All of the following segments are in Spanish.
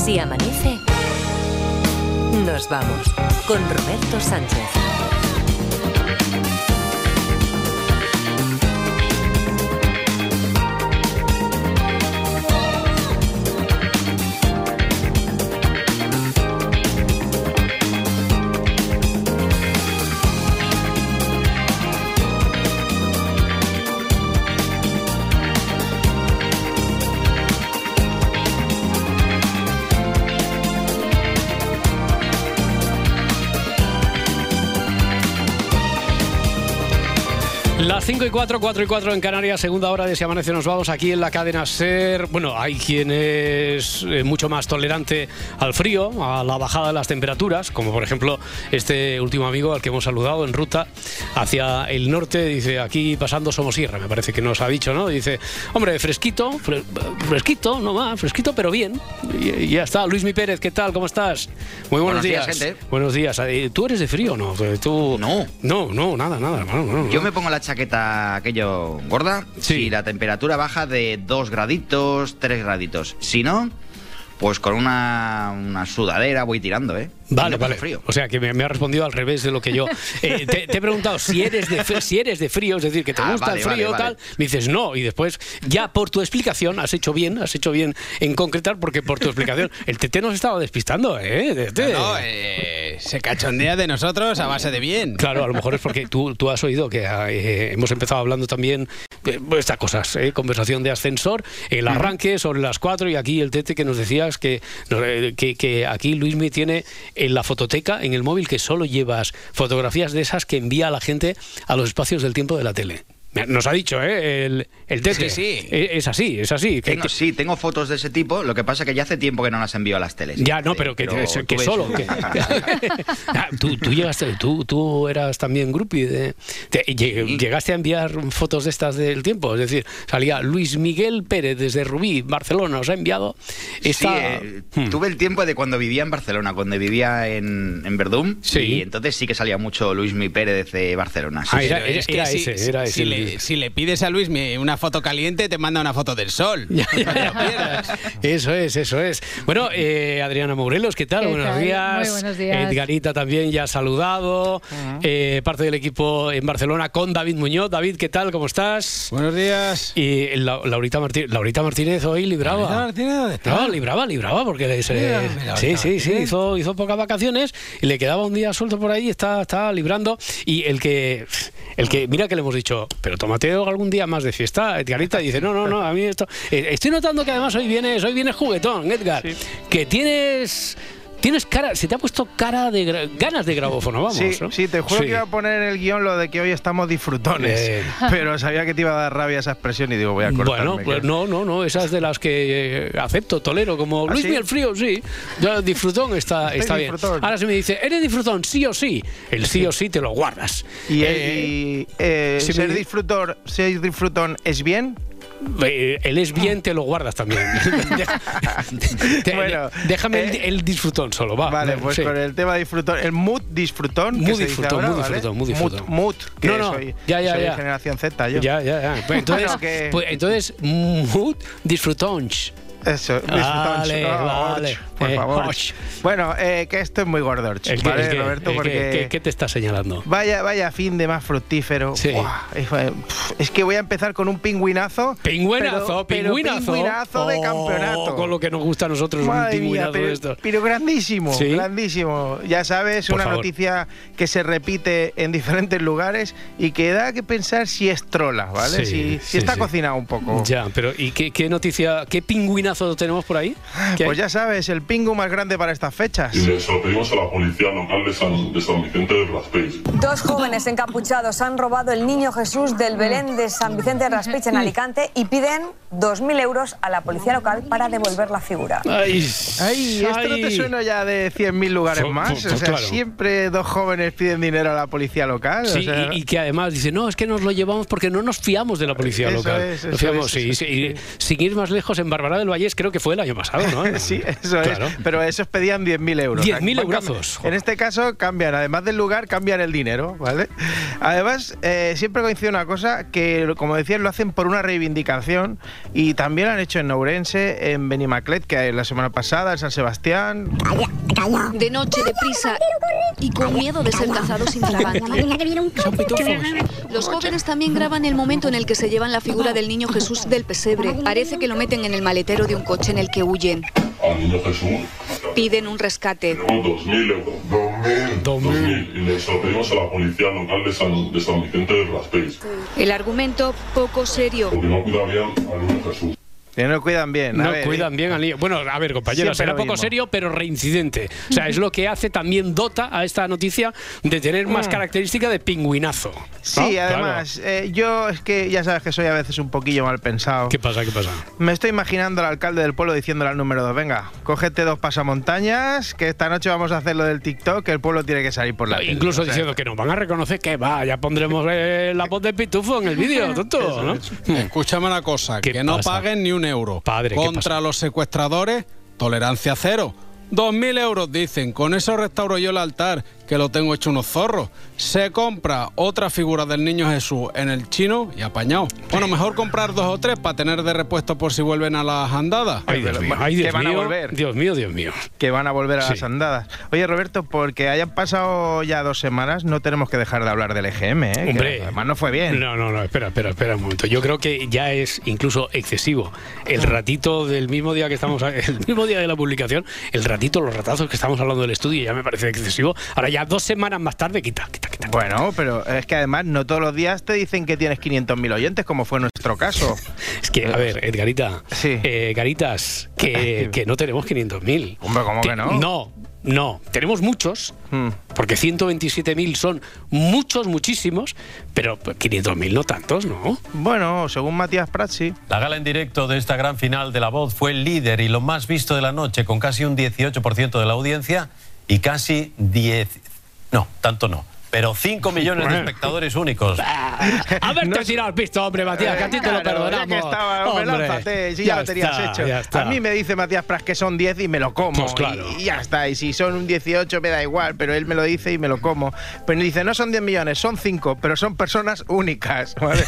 Si amanece, nos vamos con Roberto Sánchez. Las 5 y 4, 4 y 4 en Canarias, segunda hora de Si Amanece Nos Vamos aquí en la cadena SER. Bueno, hay quien es mucho más tolerante al frío, a la bajada de las temperaturas, como por ejemplo este último amigo al que hemos saludado en ruta hacia el norte. Dice, aquí pasando Somosierra, me parece que nos ha dicho, ¿no? Dice, hombre, fresquito, fresquito, no más, fresquito, pero bien. Y ya está. Luismi Pérez, ¿qué tal? ¿Cómo estás? Muy buenos días. Gente. Buenos días. ¿Tú eres de frío o no? ¿Tú... No. No, nada, hermano. No. Yo me pongo la chaqueta aquello gorda, sí. Si la temperatura baja de 2 graditos, 3 graditos. Si no, pues con una sudadera voy tirando, ¿eh? Vale. Frío. O sea, que me ha respondido al revés de lo que yo... te he preguntado si eres de frío, es decir, que te gusta el frío, tal. Me dices no, y después, ya por tu explicación, has hecho bien en concretar, porque por tu explicación, el Tete nos estaba despistando, ¿eh? Se cachondea de nosotros a base de bien. Claro, a lo mejor es porque tú has oído que hemos empezado hablando también de estas cosas, conversación de ascensor, el arranque sobre las 4, y aquí el Tete que nos decías que aquí Luismi tiene en la fototeca, en el móvil, que solo llevas fotografías de esas que envía a la gente a los espacios del tiempo de la tele. Nos ha dicho, el Tete. Sí. Es así. Tengo fotos de ese tipo, lo que pasa es que ya hace tiempo que no las envío a las teles. Ya, no, pero que solo. Tú eras también groupie. Llegaste a enviar fotos de estas del tiempo, es decir, salía Luis Miguel Pérez desde Rubí, Barcelona, os ha enviado esta... Tuve el tiempo de cuando vivía en Barcelona, cuando vivía en Verdún, sí. Y entonces sí que salía mucho Luis Miguel Pérez de Barcelona. Sí, era ese. Si le pides a Luis una foto caliente, te manda una foto del sol. Ya. Eso es. Bueno, Adriana Morelos, ¿qué tal? Buenos días. Muy buenos días. Edgarita también ya ha saludado. Parte del equipo en Barcelona con David Muñoz. David, ¿qué tal? ¿Cómo estás? Buenos días. Y Laurita Martínez hoy libraba. Libraba porque hizo pocas vacaciones y le quedaba un día suelto por ahí, está librando. Y el que mira que le hemos dicho, pero tómate algún día más de fiesta. Edgarita dice, no, a mí esto... estoy notando que además hoy vienes juguetón, Edgar. Sí. Que tienes cara, se te ha puesto cara de ganas de grabófono, vamos. Sí, ¿no? sí, te juro que iba a poner en el guión lo de que hoy estamos disfrutones, pero sabía que te iba a dar rabia esa expresión y digo, voy a cortarme. Bueno, pues no, esas de las que acepto, tolero, como Luis Miguel Frío, sí. Yo, disfrutón está bien. Disfrutón. Ahora se me dice, ¿eres disfrutón sí o sí? El sí o sí te lo guardas. Ser disfrutón es bien. El es bien te lo guardas también. Déjame el disfrutón solo, va. Vale, pues sí. Con el tema disfrutón, el mood disfrutón. Mood disfrutón. Que soy generación Z, yo. Ya. Pues entonces, mood disfrutón. Eso, vale. Por favor. Bueno, que esto es muy gordorch, ¿vale, Roberto? ¿Qué te está señalando? Vaya fin de más fructífero. Sí. Es que voy a empezar con un pingüinazo. Pingüinazo de campeonato. Con lo que nos gusta a nosotros, un pingüinazo de estos. Pero grandísimo, ¿sí? Grandísimo. Ya sabes, por una favor. Noticia que se repite en diferentes lugares y que da que pensar si es trola, ¿vale? Si está cocinado un poco. Ya, pero ¿y qué noticia, qué pingüinazo tenemos por ahí? Pues ya sabes, el pingu más grande para estas fechas. Y les lo pedimos a la policía local de San Vicente del Raspeig. 2 jóvenes encapuchados han robado el niño Jesús del Belén de San Vicente del Raspeig en Alicante y piden 2.000 euros a la policía local para devolver la figura. ¿Esto no te suena ya de 100.000 lugares más? O sea, claro. Siempre 2 jóvenes piden dinero a la policía local. Sí, o sea... y que además dice, no, es que nos lo llevamos porque no nos fiamos de la policía local. Eso Nos fiamos, sin ir más lejos, en Barbará del Vallés Vallés creo que fue el año pasado, ¿no? Sí, eso claro. Es. Pero esos pedían 10.000 euros. 10.000 eurazos. En este caso cambian, además del lugar, cambian el dinero, ¿vale? Además, siempre coincide una cosa, que como decías, lo hacen por una reivindicación, y también lo han hecho en Ourense, en Benimaclet, que la semana pasada, en San Sebastián. De noche, deprisa y con miedo de ser cazados infraganti. Los jóvenes también graban el momento en el que se llevan la figura del niño Jesús del pesebre. Parece que lo meten en el maletero de un coche en el que huyen. Al niño Jesús Piden un rescate. tenemos 2.000 euros. 2.000. Y les lo pedimos a la policía local de San Vicente del Raspeig. El argumento poco serio. Porque no cuida bien al niño Jesús. Que no cuidan bien. No cuidan bien al niño. Bueno, a ver, compañeros, será poco serio, pero reincidente. O sea, es lo que hace, también dota a esta noticia de tener más característica de pingüinazo, ¿no? Sí, además, claro. Yo es que ya sabes que soy a veces un poquillo mal pensado. ¿Qué pasa? Me estoy imaginando al alcalde del pueblo diciéndole al número 2, venga, cógete 2 pasamontañas, que esta noche vamos a hacer lo del TikTok, que el pueblo tiene que salir por la tele. Incluso diciendo que nos van a reconocer que ya pondremos la voz de Pitufo en el vídeo, tonto, ¿no? Escúchame una cosa, que no paguen ni un euro. Padre, contra los secuestradores, tolerancia cero. 2.000 euros, dicen. Con eso restauro yo el altar, que lo tengo hecho unos zorros. Se compra otra figura del niño Jesús en el chino y apañado. Bueno, mejor comprar 2 o 3 para tener de repuesto por si vuelven a las andadas. Ay, Dios mío. Que van a volver. Dios mío. Que van a volver a las andadas. Oye, Roberto, porque hayan pasado ya 2 semanas, no tenemos que dejar de hablar del EGM, ¿eh? Hombre. Que además no fue bien. No, espera un momento. Yo creo que ya es incluso excesivo. El ratito del mismo día que estamos, el mismo día de la publicación, los ratazos que estamos hablando del estudio ya me parece excesivo. Ahora ya 2 semanas más tarde, quita. Bueno, pero es que además no todos los días te dicen que tienes 500.000 oyentes, como fue nuestro caso. Es que, a ver, Edgarita, sí. Garitas, que no tenemos 500.000. Hombre, ¿cómo que no? No, tenemos muchos, porque 127.000 son muchísimos, pero 500.000 no tantos, ¿no? Bueno, según Matías Prats, sí. La gala en directo de esta gran final de La Voz fue el líder y lo más visto de la noche, con casi un 18% de la audiencia y casi 5 millones de espectadores únicos. Haberte tirado al pisto, hombre, Matías, que a ti te lo perdonamos. Ya que estaba, hombre, lánzate, si ya lo tenías hecho. A mí me dice Matías Prats que son 10 y me lo como. Pues claro. Y ya está, y si son un 18 me da igual, pero él me lo dice y me lo como. Pero me dice, no son 10 millones, son 5, pero son personas únicas, ¿vale?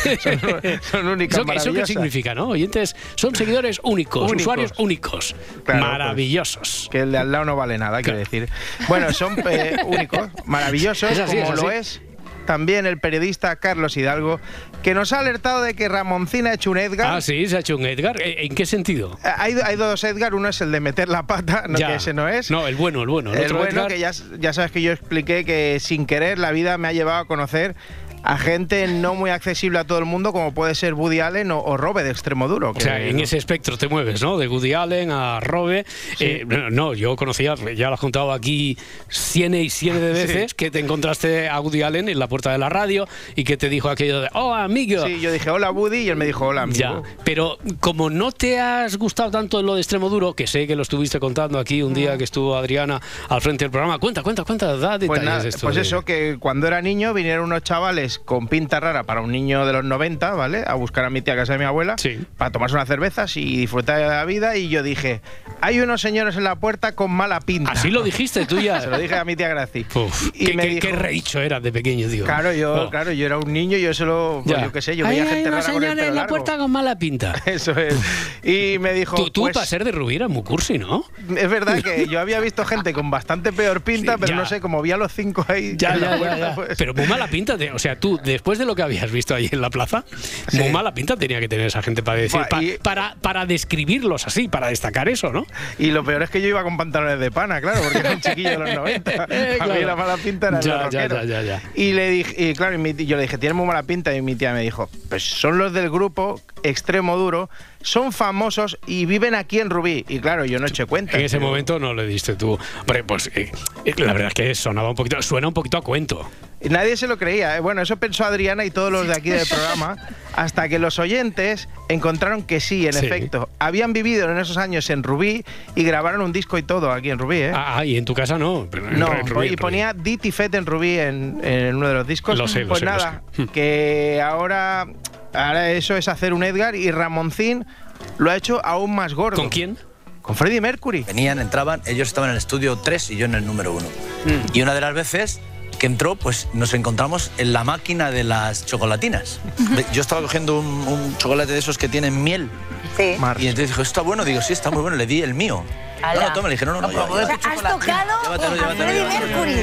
Son únicas, maravillosas. ¿Eso qué significa, no? Oyentes, son seguidores únicos. Usuarios únicos. Claro, maravillosos. Pues, que el de al lado no vale nada, quiero decir. Bueno, son únicos, maravillosos, como lo es también el periodista Carlos Hidalgo, que nos ha alertado de que Ramoncín ha hecho un Edgar. Ah, sí, se ha hecho un Edgar. ¿En qué sentido? Hay 2 Edgar, uno es el de meter la pata, que ese no es. No, el bueno. El bueno, Edgar, que ya sabes que yo expliqué que sin querer la vida me ha llevado a conocer a gente no muy accesible a todo el mundo, como puede ser Woody Allen o Robe de Extremoduro. O sea, en ese espectro te mueves, ¿no? De Woody Allen a Robe. Sí. Yo conocía, ya lo has contado aquí 100 de veces, que te encontraste a Woody Allen en la puerta de la radio y que te dijo aquello de, ¡oh, amigo! Sí, yo dije, hola, Woody, y él me dijo, hola, amigo. Ya, pero como no te has gustado tanto lo de Extremoduro, que sé que lo estuviste contando aquí un día que estuvo Adriana al frente del programa, cuenta, da detalles de esto. Pues eso, que cuando era niño vinieron unos chavales con pinta rara para un niño de los 90, ¿vale? A buscar a mi tía a casa de mi abuela, para tomarse unas cervezas y disfrutar de la vida, y yo dije, hay unos señores en la puerta con mala pinta. Así lo dijiste tú ya. Se lo dije a mi tía Graci. Y me dijo, qué rehicho eras de pequeño, tío. Claro, yo era un niño y yo solo, pues, yo qué sé, yo veía gente rara con el pelo largo. Hay unos señores en la puerta con mala pinta. Eso es. Y me dijo, tú para ser de Rubí eras muy cursi, ¿no? Es verdad que yo había visto gente con bastante peor pinta, pero no sé, como vi a los 5 ahí en la puerta, pues... Pero muy mala pinta, o sea, tú, después de lo que habías visto ahí en la plaza, muy mala pinta tenía que tener esa gente para decir, para describirlos así, para destacar eso, ¿no? Y lo peor es que yo iba con pantalones de pana, claro, porque era un chiquillo de los 90. A mí la mala pinta era el rockero. Y le dije, y claro, yo le dije, tienes muy mala pinta, y mi tía me dijo, pues son los del grupo Extremoduro, son famosos y viven aquí en Rubí. Y claro, yo no eché cuenta. En ese momento no le diste tú. Hombre, pues la verdad es que suena un poquito a cuento. Nadie se lo creía. Bueno, eso pensó Adriana y todos los de aquí del programa, hasta que los oyentes encontraron que sí, en efecto. Habían vivido en esos años en Rubí y grabaron un disco y todo aquí en Rubí, ¿eh? Y en tu casa no. Pero y ponía Dit y Fet en Rubí en uno de los discos. Lo sé, que ahora eso es hacer un Edgar, y Ramoncín lo ha hecho aún más gordo. ¿Con quién? Con Freddie Mercury. Venían, entraban, ellos estaban en el estudio 3 y yo en el número 1. Y una de las veces que entró, pues nos encontramos en la máquina de las chocolatinas. Yo estaba cogiendo un chocolate de esos que tienen miel. Sí. Y entonces dijo, ¿está bueno? Digo, sí, está muy bueno. Le di el mío. No, toma, le dije, no. O sea, has tocado a Freddie Mercury.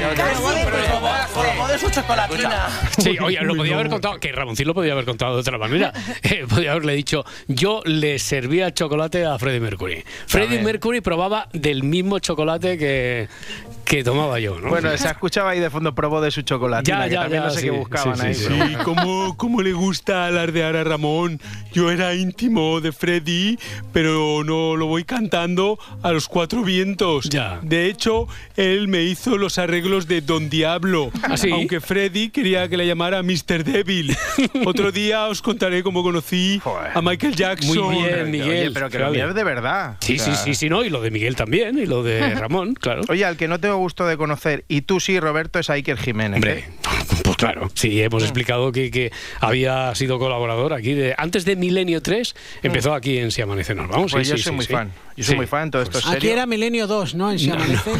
Probó de su chocolatina. Sí, oye, lo podía haber contado, que Ramoncín lo podía haber contado de otra manera. Podía haberle dicho, yo le servía el chocolate a Freddie Mercury. Freddie Mercury probaba del mismo chocolate que tomaba yo, ¿no? Bueno, se escuchaba ahí de fondo, probó de su chocolatina, que también no sé qué buscaban ahí. Sí, ¿cómo le gusta alardear a Ramón? Yo era íntimo de Freddie, pero no lo voy cantando a los 4 vientos. Ya. De hecho, él me hizo los arreglos de Don Diablo. ¿Ah, sí? Aunque Freddie quería que le llamara Mr. Devil. Otro día os contaré cómo conocí a Michael Jackson. Muy bien, Miguel. Oye, pero que lo mío es de verdad. Sí, sí, no, y lo de Miguel también, y lo de Ramón, claro. Oye, al que no tengo gusto de conocer, y tú sí, Roberto, es Iker Jiménez. Hombre, pues claro, sí, hemos explicado que había sido colaborador aquí. Antes de Milenio 3, empezó aquí en Si Amanece Nos Vamos. Pues yo soy muy fan. Yo soy muy fan, todo esto es serio. Aquí era Milenio 2, ¿no? En Si Amanece.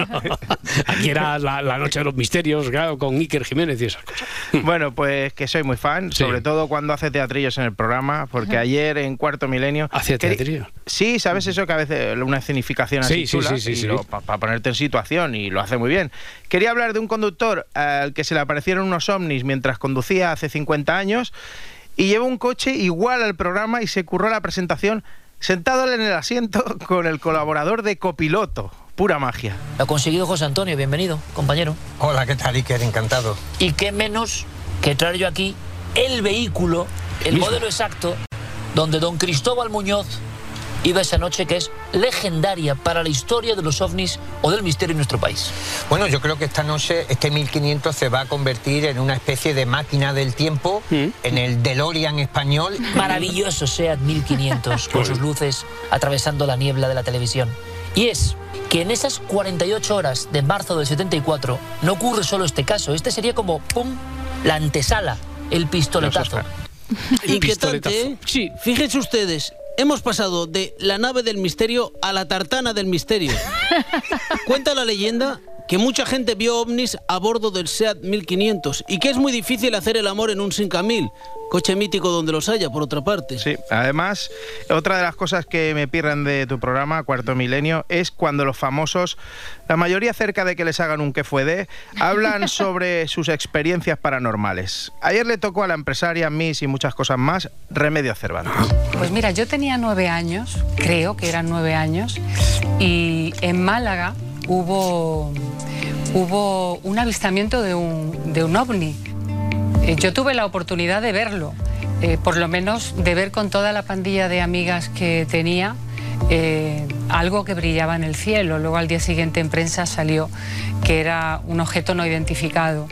Aquí era la Noche de los Misterios, claro, con Iker Jiménez y esas cosas. Bueno, pues que soy muy fan, sobre todo cuando hace teatrillos en el programa, porque ayer en Cuarto Milenio... ¿Hacía teatrillos? Sí, ¿sabes eso? Que a veces una escenificación así chula, para ponerte en situación, y lo hace muy bien. Quería hablar de un conductor al que se le aparecieron unos ovnis mientras conducía hace 50 años y llevó un coche igual al programa y se curró la presentación sentado en el asiento con el colaborador de copiloto. Pura magia. Lo ha conseguido José Antonio, bienvenido, compañero. Hola, ¿qué tal, Iker? Encantado. Y qué menos que traer yo aquí el vehículo, el modelo exacto, donde don Cristóbal Muñoz iba esa noche, que es legendaria para la historia de los ovnis o del misterio en nuestro país. Bueno, yo creo que esta noche, este 1500 se va a convertir en una especie de máquina del tiempo, en el DeLorean español. Maravilloso SEAT 1500, con sus luces atravesando la niebla de la televisión. Y es que en esas 48 horas de marzo del 74 no ocurre solo este caso. Este sería como, ¡pum!, la antesala, el pistoletazo. Inquietante, ¿eh? Sí, fíjense ustedes. Hemos pasado de la nave del misterio a la tartana del misterio. Cuenta la leyenda que mucha gente vio ovnis a bordo del SEAT 1500 y que es muy difícil hacer el amor en un Simca 1000, coche mítico donde los haya, por otra parte. Sí, además, otra de las cosas que me pirran de tu programa, Cuarto Milenio, es cuando los famosos, la mayoría cerca de que les hagan un qué fue de, hablan sobre sus experiencias paranormales. Ayer le tocó a la empresaria Miss y muchas cosas más, Remedios Cervantes. Pues mira, yo tenía 9 años, creo que eran 9 años, y en Málaga hubo un avistamiento de un ovni. Yo tuve la oportunidad de verlo, por lo menos de ver con toda la pandilla de amigas que tenía algo que brillaba en el cielo. Luego al día siguiente en prensa salió que era un objeto no identificado.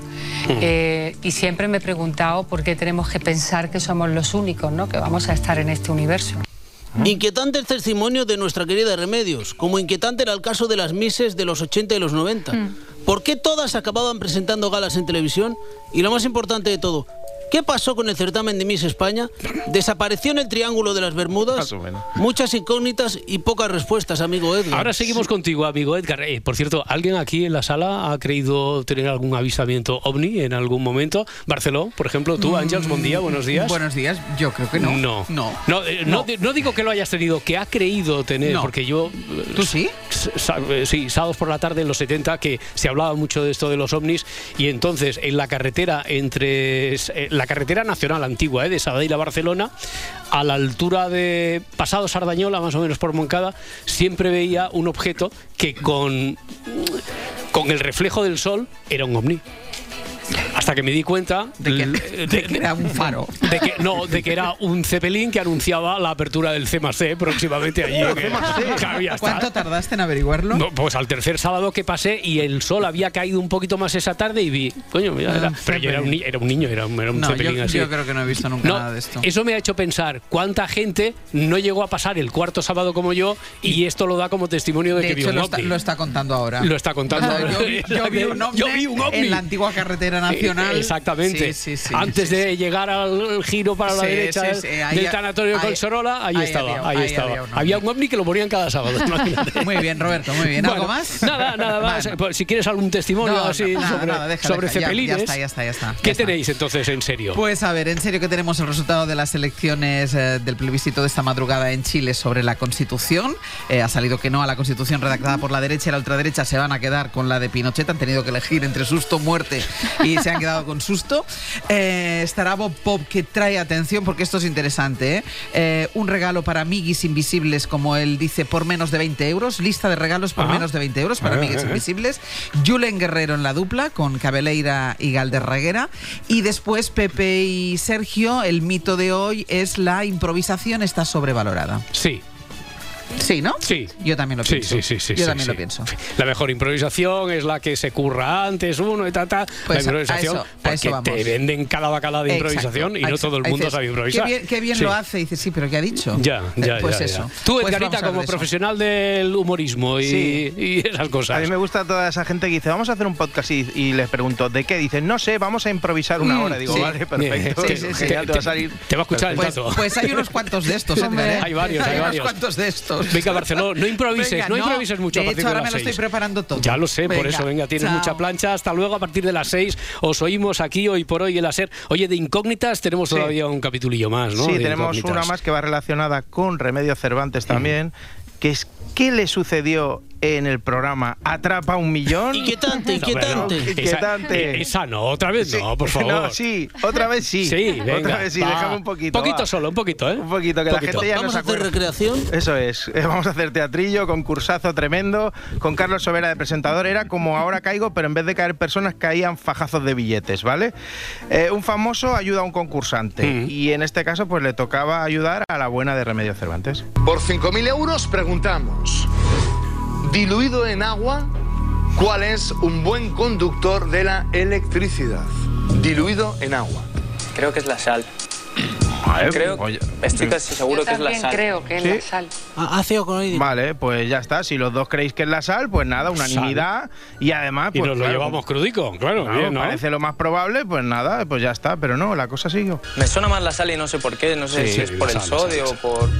Y siempre me he preguntado por qué tenemos que pensar que somos los únicos, ¿no?, que vamos a estar en este universo. Inquietante el testimonio de nuestra querida Remedios, como inquietante era el caso de las Misses de los 80 y los 90. ¿Por qué todas acababan presentando galas en televisión? Y lo más importante de todo, ¿qué pasó con el certamen de Miss España? ¿Desapareció en el Triángulo de las Bermudas? Muchas incógnitas y pocas respuestas, amigo Edgar. Ahora seguimos contigo, amigo Edgar. Por cierto, ¿alguien aquí en la sala ha creído tener algún avistamiento ovni en algún momento? Barceló, por ejemplo, tú, Ángels, buen día, buenos días. Buenos días, yo creo que no. No digo que lo hayas tenido, que ha creído tener, porque yo... ¿Tú sí? Sí, sábados por la tarde en los 70, que se hablaba mucho de esto de los ovnis, y entonces en la carretera la carretera nacional antigua, de Sabadell a Barcelona, a la altura de pasado Sardañola, más o menos por Moncada, siempre veía un objeto que con el reflejo del sol era un ovni. Hasta que me di cuenta de que era un faro. De que era un Zeppelin que anunciaba la apertura del C+C próximamente allí. ¿Cuánto tardaste en averiguarlo? No, pues al tercer sábado que pasé, y el sol había caído un poquito más esa tarde y vi, coño, mira, pero yo era un niño, era un Zeppelin así. Yo creo que no he visto nunca nada de esto. Eso me ha hecho pensar cuánta gente no llegó a pasar el cuarto sábado como yo, y esto lo da como testimonio de que vio un ovni. Lo está contando ahora. Lo está contando ahora. Yo vi un ovni en la antigua carretera nacional diagonal. Exactamente. Antes de llegar al giro para la derecha del tanatorio de Collserola, ahí estaba. Había un ovni que lo ponían cada sábado. Muy bien, Roberto, muy bien. ¿Algo más? Nada más. Pues, si quieres algún testimonio así sobre cepelines. Ya está. ¿Qué tenéis entonces en serio? Pues a ver, en serio que tenemos el resultado de las elecciones del plebiscito de esta madrugada en Chile sobre la Constitución. Ha salido que no a la Constitución redactada por la derecha y la ultraderecha se van a quedar con la de Pinochet. Han tenido que elegir entre susto o muerte y se han quedado con susto. Estará Bob Pop, que trae atención porque esto es interesante. Un regalo para amiguis invisibles, como él dice, por menos de 20 euros. Lista de regalos por menos de 20 euros para amiguis invisibles. Julen Guerrero en la dupla con Cabeleira y Galderraguera. Y después Pepe y Sergio. El mito de hoy es: la improvisación está sobrevalorada. Sí. Sí, ¿no? Sí. Yo también lo pienso. Yo también lo pienso. La mejor improvisación es la que se curra antes uno y tal. Pues la improvisación, a eso porque te venden cada bacala de improvisación y no todo el mundo sabe improvisar. Qué bien lo hace. Y dices, sí, pero ¿qué ha dicho? Ya. Pues eso. Tú, Edgarita, como profesional del humorismo y esas cosas. A mí me gusta toda esa gente que dice, vamos a hacer un podcast y les pregunto, ¿de qué? Dicen, no sé, vamos a improvisar una hora. Digo, vale, perfecto. Genial, te va a salir. Te va a escuchar el dato. Pues hay unos cuantos de estos, Edgar. Hay varios. Hay unos cuantos de estos. Venga, Barcelona, no improvises mucho. De hecho, ahora me lo estoy preparando todo. Ya lo sé, por eso, venga, tienes mucha plancha. Hasta luego, a partir de las 6 os oímos aquí hoy por hoy en la SER. Oye, de incógnitas tenemos todavía un capitulillo más, ¿no? Sí, tenemos una más que va relacionada con Remedios Cervantes también, que es ¿qué le sucedió en el programa Atrapa un Millón? Inquietante. Esa no, otra vez no, por favor. No, sí, otra vez sí. Sí, venga. Otra vez sí, déjame un poquito. Un poquito, ¿eh? Un poquito, que la gente ya no se acuerda. ¿Vamos a hacer recreación? Eso es, vamos a hacer teatrillo, concursazo tremendo, con Carlos Sobera de presentador. Era como Ahora Caigo, pero en vez de caer personas caían fajazos de billetes, ¿vale? Un famoso ayuda a un concursante y en este caso pues le tocaba ayudar a la buena de Remedios Cervantes. Por 5.000 euros preguntamos: diluido en agua, ¿cuál es un buen conductor de la electricidad? Diluido en agua. Creo que es la sal. Estoy casi seguro que es la sal. Creo que es la sal. Ácido clorhídrico. Vale, pues ya está. Si los dos creéis que es la sal, pues nada, unanimidad. Y además, pues y nos lo llevamos crudico, claro. Bien, ¿no? Parece lo más probable, pues nada, pues ya está. Pero no, la cosa siguió. Me suena más la sal y no sé por qué. No sé si es por el sodio o por...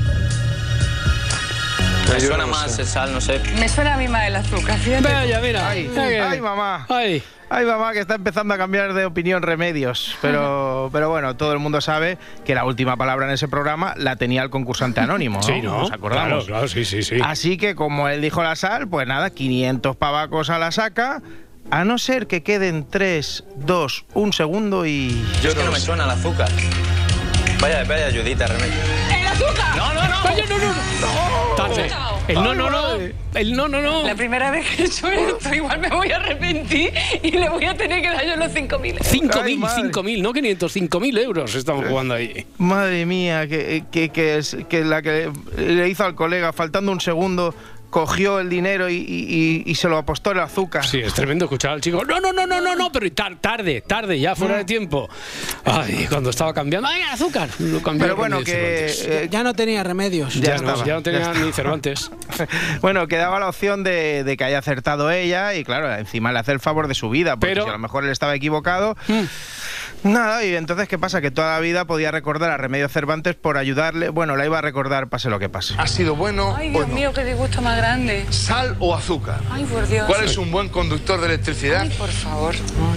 Me suena más el sal, no sé. Me suena a mí más el azúcar, fíjate. Vaya, mira. Ay, mamá. Ay, mamá, que está empezando a cambiar de opinión Remedios. Pero bueno, todo el mundo sabe que la última palabra en ese programa la tenía el concursante anónimo, ¿no? Sí, ¿no? ¿Nos acordamos? Claro, sí. Así que como él dijo la sal, pues nada, 500 pavacos a la saca, a no ser que queden 3, 2, 1 segundo y... Yo es que no me suena el azúcar. Vaya ayudita, Remedios. ¡El azúcar! No. Vaya, no. Tarde. El no. La primera vez que he hecho esto, igual me voy a arrepentir y le voy a tener que dar yo los 5.000. 5.000, no 500, 5.000 euros estamos jugando ahí. Madre mía, que la que le hizo al colega, faltando un segundo, cogió el dinero y se lo apostó el azúcar. Sí, es tremendo escuchar al chico. No, pero tarde, ya fuera de tiempo. Ay, cuando estaba cambiando, ¡ay, azúcar! Lo cambió. Pero bueno, que ya no tenía remedios. Ya no tenía ni Cervantes. Bueno, quedaba la opción de que haya acertado ella y claro, encima le hace el favor de su vida, porque si a lo mejor él estaba equivocado. Nada, y entonces, ¿qué pasa? Que toda la vida podía recordar a Remedios Cervantes por ayudarle. Bueno, la iba a recordar pase lo que pase. ¿Ha sido bueno? Ay, Dios mío, qué disgusto más grande. ¿Sal o azúcar? Ay, por Dios. ¿Cuál es un buen conductor de electricidad? Ay, por favor.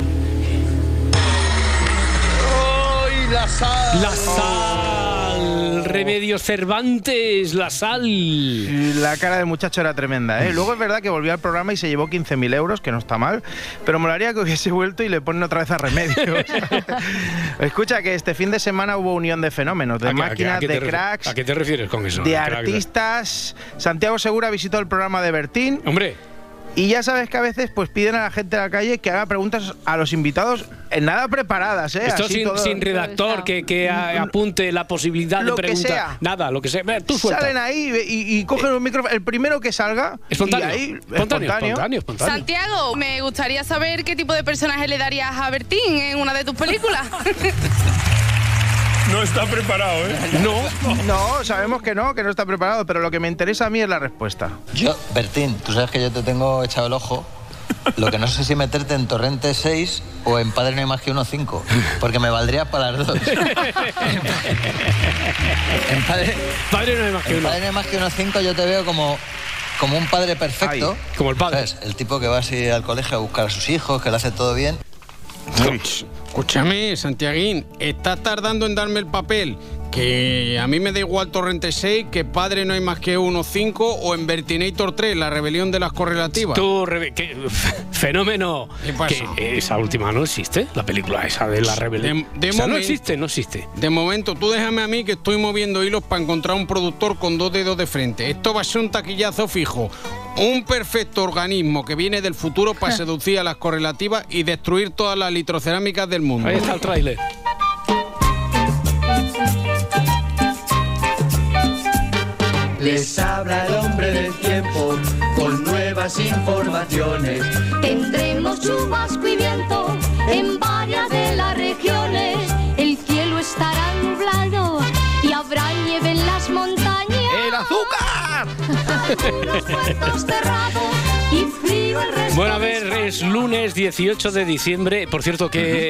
¡Ay, la sal! ¡La sal! Remedios Cervantes, la sal. La cara del muchacho era tremenda, ¿eh? Luego es verdad que volvió al programa y se llevó 15.000 euros, que no está mal, pero molaría que hubiese vuelto y le ponen otra vez a Remedios. Escucha, que este fin de semana hubo unión de fenómenos, de máquinas, de cracks. ¿A qué te refieres con eso? De artistas. Santiago Segura visitó el programa de Bertín. Hombre. Y ya sabes que a veces pues piden a la gente de la calle que haga preguntas a los invitados nada preparadas, ¿eh? Esto sin redactor que apunte la posibilidad de preguntar. Lo que sea. Nada, lo que sea. Tú suelta. Salen ahí y cogen un micrófono. El primero que salga. Espontáneo. Espontáneo. Santiago, me gustaría saber qué tipo de personaje le darías a Bertín en una de tus películas. No está preparado, ¿eh? No, sabemos que no está preparado, pero lo que me interesa a mí es la respuesta. Bertín, tú sabes que yo te tengo echado el ojo Lo que no sé si meterte en Torrente 6 o en Padre no hay más que uno 5, porque me valdría para las dos. En Padre no hay más que uno. Padre no hay más que uno 5 yo te veo como un padre perfecto. Ay, como el padre. ¿Sabes? El tipo que va así al colegio a buscar a sus hijos, que lo hace todo bien. Escúchame, Santiaguín, estás tardando en darme el papel. Que a mí me da igual Torrente 6, que Padre no hay más que uno 5 o en Vertinator 3, la rebelión de las correlativas. Fenómeno. ¿Qué pasa? Que esa última no existe, la película esa de la rebelión. No existe. De momento, tú déjame a mí que estoy moviendo hilos para encontrar un productor con 2 dedos de frente. Esto va a ser un taquillazo fijo. Un perfecto organismo que viene del futuro para seducir a las correlativas y destruir todas las litrocerámicas del mundo. Ahí está el tráiler. Les habla el hombre del tiempo con nuevas informaciones. Tendremos chubasco y viento en varias de las regiones. El cielo estará nublado y habrá nieve en las montañas. ¡El azúcar! Los puertos cerrados y frío el resto. Bueno, a ver, es lunes 18 de diciembre. Por cierto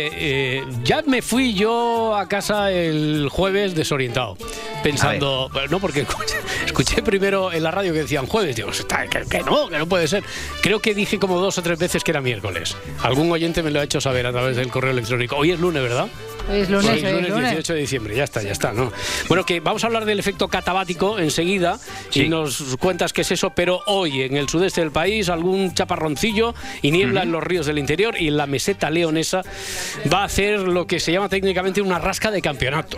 que ya me fui yo a casa el jueves desorientado. Pensando, no, porque escuché primero en la radio que decían jueves, digo, que no puede ser. Creo que dije como 2 o 3 veces que era miércoles. Algún oyente me lo ha hecho saber a través del correo electrónico. Hoy es lunes, ¿verdad? Hoy es lunes, Hoy es lunes 18 de diciembre, ya está, ¿no? Bueno, que vamos a hablar del efecto catabático enseguida y nos cuentas qué es eso, pero hoy en el sudeste del país algún chaparroncillo y niebla en los ríos del interior y en la meseta leonesa va a hacer lo que se llama técnicamente una rasca de campeonato.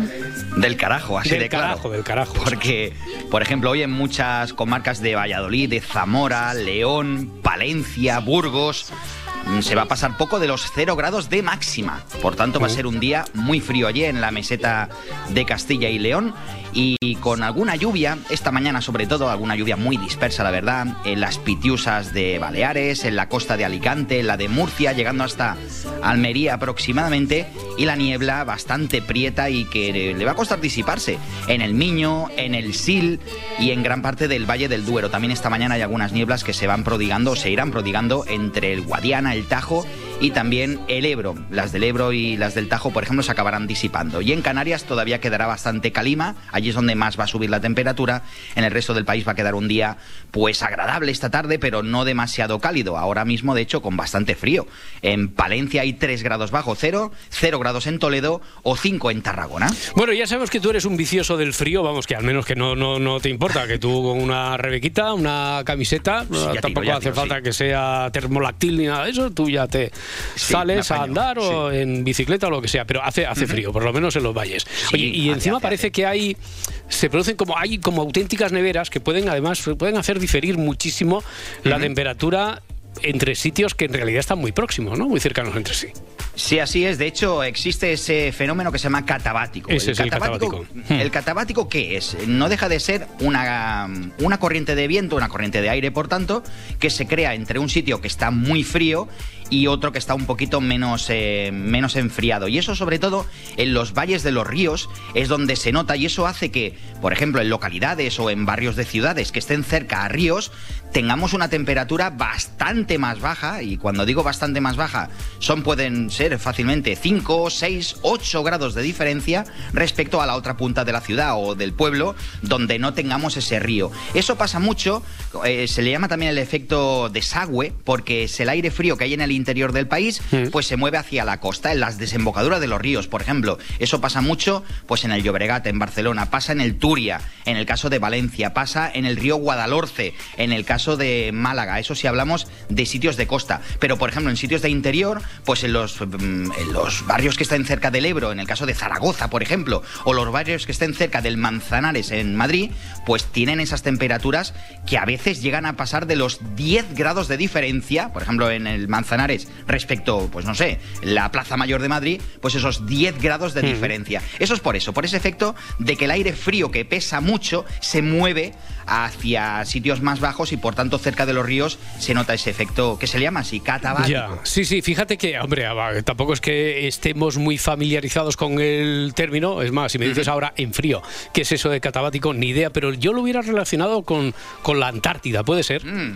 Del carajo, así del de claro. Del carajo. Porque, por ejemplo, hoy en muchas comarcas de Valladolid, de Zamora, León, Palencia, Burgos, se va a pasar poco de los 0 grados de máxima. Por tanto, va a ser un día muy frío allí en la meseta de Castilla y León. Y con alguna lluvia, esta mañana sobre todo, alguna lluvia muy dispersa, la verdad, en las Pitiusas de Baleares, en la costa de Alicante, en la de Murcia, llegando hasta Almería aproximadamente, y la niebla bastante prieta y que le va a costar disiparse en el Miño, en el Sil y en gran parte del Valle del Duero. También esta mañana hay algunas nieblas que se van prodigando, se irán prodigando entre el Guadiana, el Tajo y también el Ebro. Las del Ebro y las del Tajo, por ejemplo, se acabarán disipando. Y en Canarias todavía quedará bastante calima, allí es donde más va a subir la temperatura. En el resto del país va a quedar un día pues agradable esta tarde, pero no demasiado cálido. Ahora mismo, de hecho, con bastante frío. En Palencia hay 3 grados bajo cero, 0 grados en Toledo o 5 en Tarragona. Bueno, ya sabemos que tú eres un vicioso del frío, vamos, que al menos que no te importa, que tú con una rebequita, una camiseta, tampoco hace falta que sea termolactil ni nada de eso, tú ya te sales a andar o en bicicleta o lo que sea, pero hace frío, por lo menos en los valles. Oye, y encima parece que se producen como auténticas neveras que pueden hacer diferir muchísimo la temperatura entre sitios que en realidad están muy próximos, ¿no? Muy cercanos entre sí. Sí, así es. De hecho, existe ese fenómeno que se llama catabático. Ese es el catabático. ¿El catabático qué es? No deja de ser una corriente de viento, una corriente de aire, por tanto, que se crea entre un sitio que está muy frío y otro que está un poquito menos enfriado. Y eso, sobre todo, en los valles de los ríos es donde se nota, y eso hace que, por ejemplo, en localidades o en barrios de ciudades que estén cerca a ríos, tengamos una temperatura bastante más baja, y cuando digo bastante más baja, pueden ser fácilmente 5, 6, 8 grados de diferencia respecto a la otra punta de la ciudad o del pueblo donde no tengamos ese río. Eso pasa mucho, se le llama también el efecto desagüe, porque es el aire frío que hay en el interior del país, pues se mueve hacia la costa, en las desembocaduras de los ríos, por ejemplo. Eso pasa mucho pues en el Llobregat, en Barcelona, pasa en el Túria, en el caso de Valencia, pasa en el río Guadalhorce, en el caso de Málaga, eso si hablamos de sitios de costa. Pero, por ejemplo, en sitios de interior, pues en los barrios que estén cerca del Ebro, en el caso de Zaragoza, por ejemplo, o los barrios que estén cerca del Manzanares en Madrid, pues tienen esas temperaturas que a veces llegan a pasar de los 10 grados de diferencia, por ejemplo, en el Manzanares respecto, pues no sé, la Plaza Mayor de Madrid, pues esos 10 grados de diferencia. Eso es por ese efecto de que el aire frío que pesa mucho se mueve hacia sitios más bajos y por tanto cerca de los ríos se nota ese efecto que se le llama así, catabático. Ya. Sí, fíjate que, hombre, tampoco es que estemos muy familiarizados con el término, es más, si me dices ahora en frío, ¿qué es eso de catabático? Ni idea, pero yo lo hubiera relacionado con la Antártida, ¿puede ser?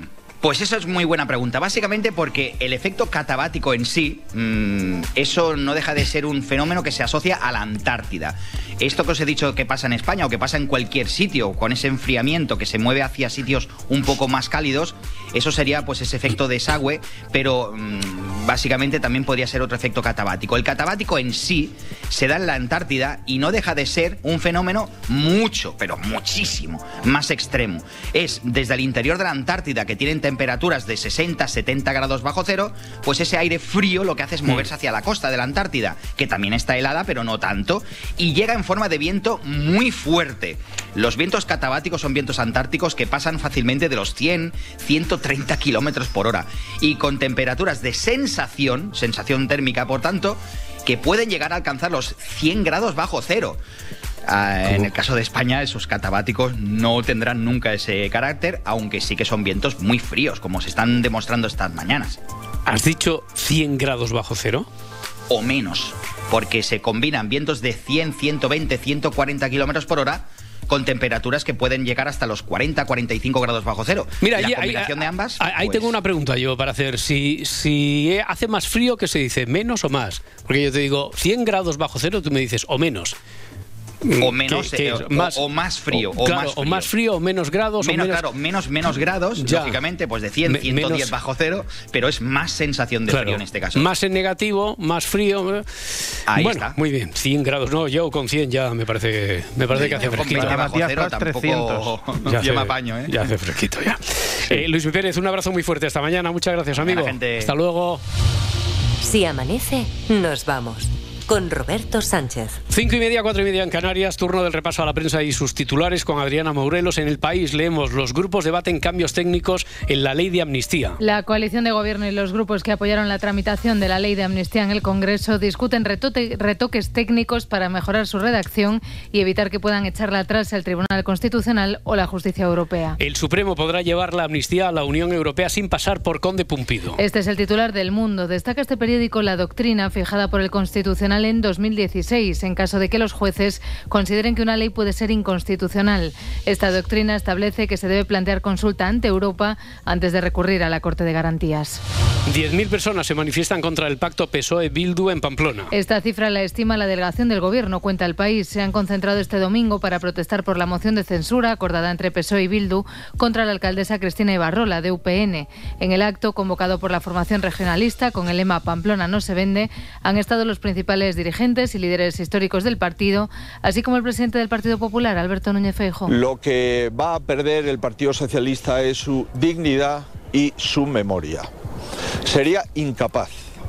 Pues eso es muy buena pregunta. Básicamente porque el efecto catabático en sí, eso no deja de ser un fenómeno que se asocia a la Antártida. Esto que os he dicho que pasa en España o que pasa en cualquier sitio, con ese enfriamiento que se mueve hacia sitios un poco más cálidos, eso sería pues ese efecto desagüe, pero básicamente también podría ser otro efecto catabático. El catabático en sí se da en la Antártida y no deja de ser un fenómeno mucho, pero muchísimo más extremo. Es desde el interior de la Antártida, que tienen temperaturas de 60, 70 grados bajo cero, pues ese aire frío lo que hace es moverse hacia la costa de la Antártida, que también está helada, pero no tanto, y llega en forma de viento muy fuerte. Los vientos catabáticos son vientos antárticos que pasan fácilmente de los 100, 130 kilómetros por hora, y con temperaturas de sensación térmica, por tanto, que pueden llegar a alcanzar los 100 grados bajo cero. En el caso de España, esos catabáticos no tendrán nunca ese carácter, aunque sí que son vientos muy fríos, como se están demostrando estas mañanas. ¿Has dicho 100 grados bajo cero? O menos, porque se combinan vientos de 100, 120, 140 kilómetros por hora con temperaturas que pueden llegar hasta los 40, 45 grados bajo cero. Mira, la combinación de ambas... Ahí tengo una pregunta yo para hacer. Si hace más frío, ¿qué se dice? ¿Menos o más? Porque yo te digo 100 grados bajo cero, tú me dices o menos. O menos, o más frío. O más frío o menos grados. Claro, menos grados, ya. Lógicamente, pues de 100, 110 bajo cero, pero es más sensación de frío en este caso. Más en negativo, más frío. Ahí está. Muy bien, 100 grados. No, yo con 100 ya me parece que hace fresquito. Bajo cero tampoco ya me apaño, ¿eh? Ya hace fresquito, ya. Luis Pérez, un abrazo muy fuerte esta mañana. Muchas gracias, amigo. Hasta luego. Si amanece, nos vamos. Con Roberto Sánchez. 5:30, 4:30 en Canarias, turno del repaso a la prensa y sus titulares con Adriana Morelos. En El País leemos: los grupos debaten cambios técnicos en la ley de amnistía. La coalición de gobierno y los grupos que apoyaron la tramitación de la ley de amnistía en el Congreso discuten retoques técnicos para mejorar su redacción y evitar que puedan echarla atrás el Tribunal Constitucional o la Justicia Europea. El Supremo podrá llevar la amnistía a la Unión Europea sin pasar por Conde Pumpido. Este es el titular del Mundo. Destaca este periódico la doctrina fijada por el Constitucional en 2016, en caso de que los jueces consideren que una ley puede ser inconstitucional. Esta doctrina establece que se debe plantear consulta ante Europa antes de recurrir a la Corte de Garantías. 10.000 personas se manifiestan contra el pacto PSOE-Bildu en Pamplona. Esta cifra la estima la delegación del Gobierno, cuenta El País. Se han concentrado este domingo para protestar por la moción de censura acordada entre PSOE y Bildu contra la alcaldesa Cristina Ibarrola, de UPN. En el acto, convocado por la formación regionalista con el lema Pamplona no se vende, han estado los principales dirigentes y líderes históricos del partido, así como el presidente del Partido Popular, Alberto Núñez Feijóo. Lo que va a perder el Partido Socialista es su dignidad y su memoria. Sería incapaz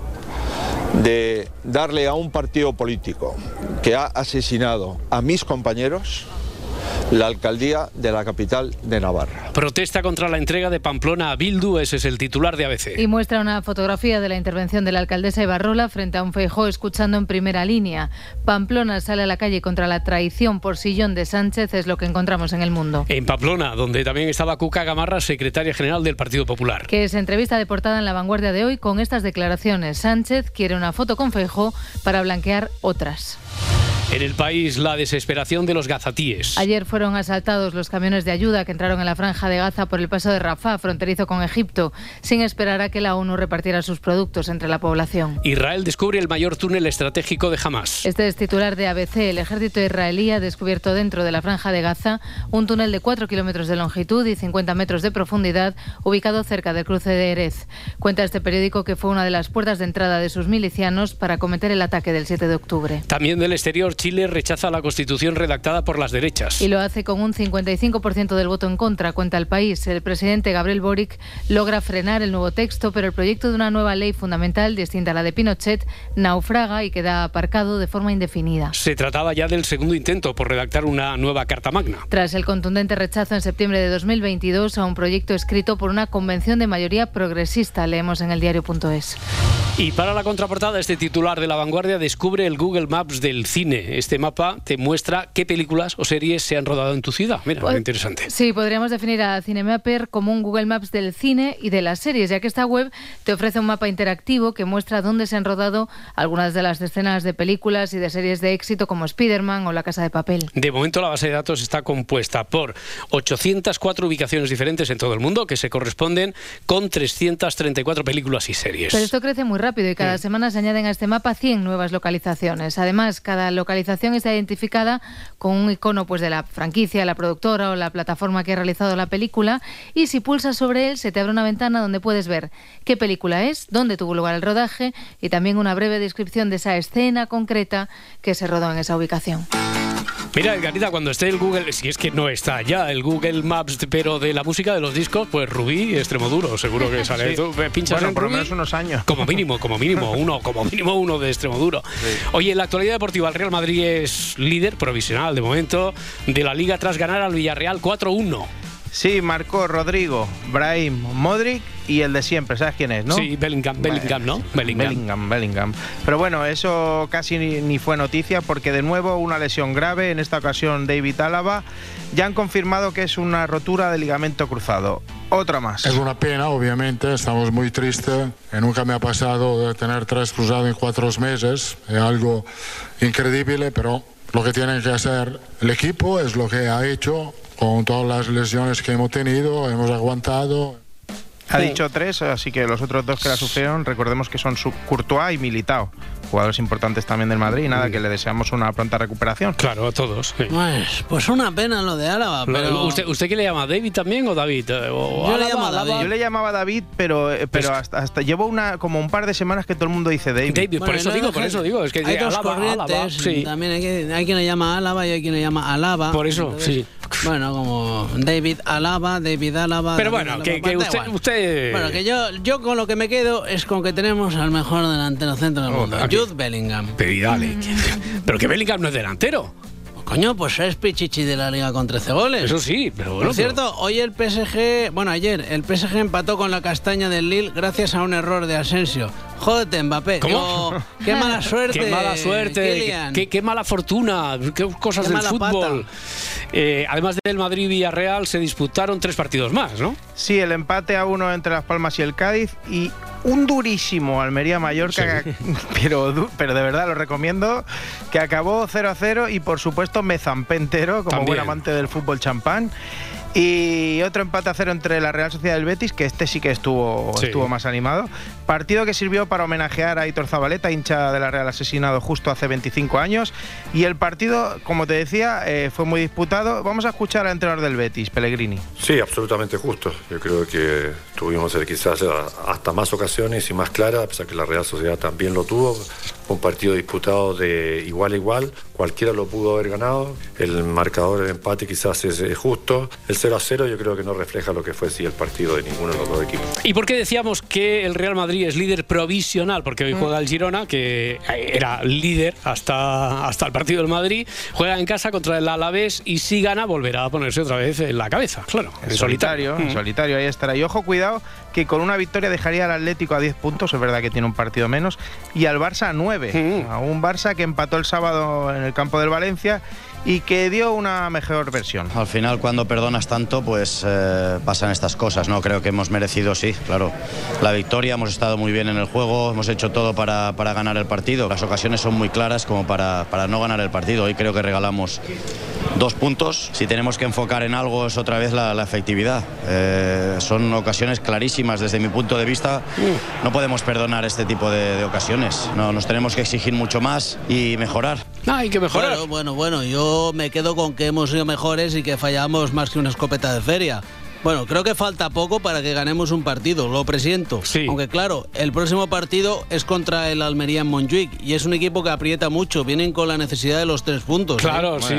de darle a un partido político que ha asesinado a mis compañeros la alcaldía de la capital de Navarra. Protesta contra la entrega de Pamplona a Bildu, ese es el titular de ABC. Y muestra una fotografía de la intervención de la alcaldesa Ibarrola frente a un Feijóo escuchando en primera línea. Pamplona sale a la calle contra la traición por sillón de Sánchez, es lo que encontramos en El Mundo. En Pamplona, donde también estaba Cuca Gamarra, secretaria general del Partido Popular. Que es entrevista de portada en La Vanguardia de hoy con estas declaraciones. Sánchez quiere una foto con Feijóo para blanquear otras. En El País, la desesperación de los gazatíes. Ayer fueron asaltados los camiones de ayuda que entraron en la franja de Gaza por el paso de Rafah, fronterizo con Egipto, sin esperar a que la ONU repartiera sus productos entre la población. Israel descubre el mayor túnel estratégico de Hamás. Este es titular de ABC. El ejército israelí ha descubierto dentro de la franja de Gaza un túnel de 4 kilómetros de longitud y 50 metros de profundidad, ubicado cerca del cruce de Erez. Cuenta este periódico que fue una de las puertas de entrada de sus milicianos para cometer el ataque del 7 de octubre. También del exterior, Chile rechaza la Constitución redactada por las derechas. Y lo hace con un 55% del voto en contra, cuenta El País. El presidente Gabriel Boric logra frenar el nuevo texto, pero el proyecto de una nueva ley fundamental, distinta a la de Pinochet, naufraga y queda aparcado de forma indefinida. Se trataba ya del segundo intento por redactar una nueva Carta Magna. Tras el contundente rechazo en septiembre de 2022 a un proyecto escrito por una convención de mayoría progresista, leemos en eldiario.es. Y para la contraportada, este titular de La Vanguardia descubre el Google Maps del cine. Este mapa te muestra qué películas o series se han rodado en tu ciudad. Mira, muy interesante. Sí, podríamos definir a Cinemapper como un Google Maps del cine y de las series, ya que esta web te ofrece un mapa interactivo que muestra dónde se han rodado algunas de las escenas de películas y de series de éxito como Spider-Man o La Casa de Papel. De momento la base de datos está compuesta por 804 ubicaciones diferentes en todo el mundo que se corresponden con 334 películas y series. Pero esto crece muy rápido y cada semana se añaden a este mapa 100 nuevas localizaciones. Además, cada localización está identificada con un icono pues de la franquicia, la productora o la plataforma que ha realizado la película, y si pulsas sobre él se te abre una ventana donde puedes ver qué película es, dónde tuvo lugar el rodaje y también una breve descripción de esa escena concreta que se rodó en esa ubicación. Mira, Edgarita, cuando esté el Google, si es que no está ya el Google Maps, pero de la música de los discos, pues Rubí, Extremoduro, seguro que sale. Sí. ¿Tú pinchas bueno, en por Rubí? lo menos unos años. Como mínimo uno de Extremoduro. Sí. Oye, en la actualidad deportiva, el Real Madrid es líder provisional de momento de la Liga tras ganar al Villarreal 4-1. Sí, marcó Rodrigo, Brahim, Modric y el de siempre, ¿sabes quién es, no? Sí, Bellingham, ¿no? Bellingham. Pero bueno, eso casi ni fue noticia porque de nuevo una lesión grave, en esta ocasión David Álava. Ya han confirmado que es una rotura de ligamento cruzado. Otra más. Es una pena, obviamente, estamos muy tristes. Nunca me ha pasado de tener 3 cruzados en 4 meses. Es algo increíble, pero lo que tiene que hacer el equipo es lo que ha hecho. Con todas las lesiones que hemos tenido, hemos aguantado. Ha dicho 3, así que los otros 2 que la sufrieron, recordemos que son Courtois y Militao, jugadores importantes también del Madrid, y nada, que le deseamos una pronta recuperación. Claro, a todos. Sí. Pues una pena lo de Álava, pero... ¿Usted qué le llama? ¿David también o David? Yo le llamaba David, pero hasta llevo como un par de semanas que todo el mundo dice David. Bueno, por eso digo. Es que hay dos corrientes, sí. También hay quien le llama Álava y hay quien le llama Alaba. Por eso, entonces, sí. Bueno, como David Álava. Pero bueno, que usted... Bueno, que yo con lo que me quedo es con que tenemos al mejor delantero centro del mundo, Jude Bellingham. Pero dale, pero que Bellingham no es delantero. Coño, pues es pichichi de la Liga con 13 goles. Eso sí, pero bueno. Por cierto, hoy ayer el PSG empató con la castaña del Lille gracias a un error de Asensio. Jódete, Mbappé. ¿Cómo? Qué mala suerte. Qué mala suerte. Qué mala fortuna. Qué cosas del fútbol. Además del Madrid-Villarreal, se disputaron 3 partidos más, ¿no? Sí, el empate a 1 entre Las Palmas y el Cádiz y un durísimo Almería-Mallorca, sí. pero de verdad lo recomiendo, que acabó 0-0 y por supuesto me zampé entero como También. buen amante del fútbol champán. Y otro empate a 0 entre la Real Sociedad y el Betis, que sí que estuvo más animado. Partido que sirvió para homenajear a Aitor Zabaleta, hincha de la Real asesinado justo hace 25 años. Y el partido, como te decía, fue muy disputado. Vamos a escuchar al entrenador del Betis, Pellegrini. Sí, absolutamente justo. Yo creo que tuvimos quizás hasta más ocasiones y más claras, a pesar que la Real Sociedad también lo tuvo. Un partido disputado de igual a igual. Cualquiera lo pudo haber ganado. El marcador del empate quizás es justo. El 0-0 yo creo que no refleja lo que fue el partido de ninguno de los dos equipos. ¿Y por qué decíamos que el Real Madrid es líder provisional? Porque hoy juega el Girona, que era líder hasta el partido del Madrid. Juega en casa contra el Alavés y si gana volverá a ponerse otra vez en la cabeza. Claro, en solitario. En solitario, ahí estará. Y ojo, cuidado, que con una victoria dejaría al Atlético a 10 puntos. Es verdad que tiene un partido menos. Y al Barça a 9. A un Barça que empató el sábado en el campo del Valencia y que dio una mejor versión. Al final, cuando perdonas tanto, pues pasan estas cosas, ¿no? Creo que hemos merecido, sí, claro, la victoria. Hemos estado muy bien en el juego, hemos hecho todo para ganar el partido. Las ocasiones son muy claras como para no ganar el partido. Hoy creo que regalamos 2 puntos. Si tenemos que enfocar en algo es otra vez la efectividad. Son ocasiones clarísimas desde mi punto de vista. No podemos perdonar este tipo de ocasiones. No, nos tenemos que exigir mucho más y mejorar. Hay que mejorar. Bueno, yo me quedo con que hemos sido mejores y que fallamos más que una escopeta de feria. Bueno, creo que falta poco para que ganemos un partido, lo presiento. Sí. Aunque claro, el próximo partido es contra el Almería en Montjuic y es un equipo que aprieta mucho, vienen con la necesidad de los 3 puntos. Claro, sí.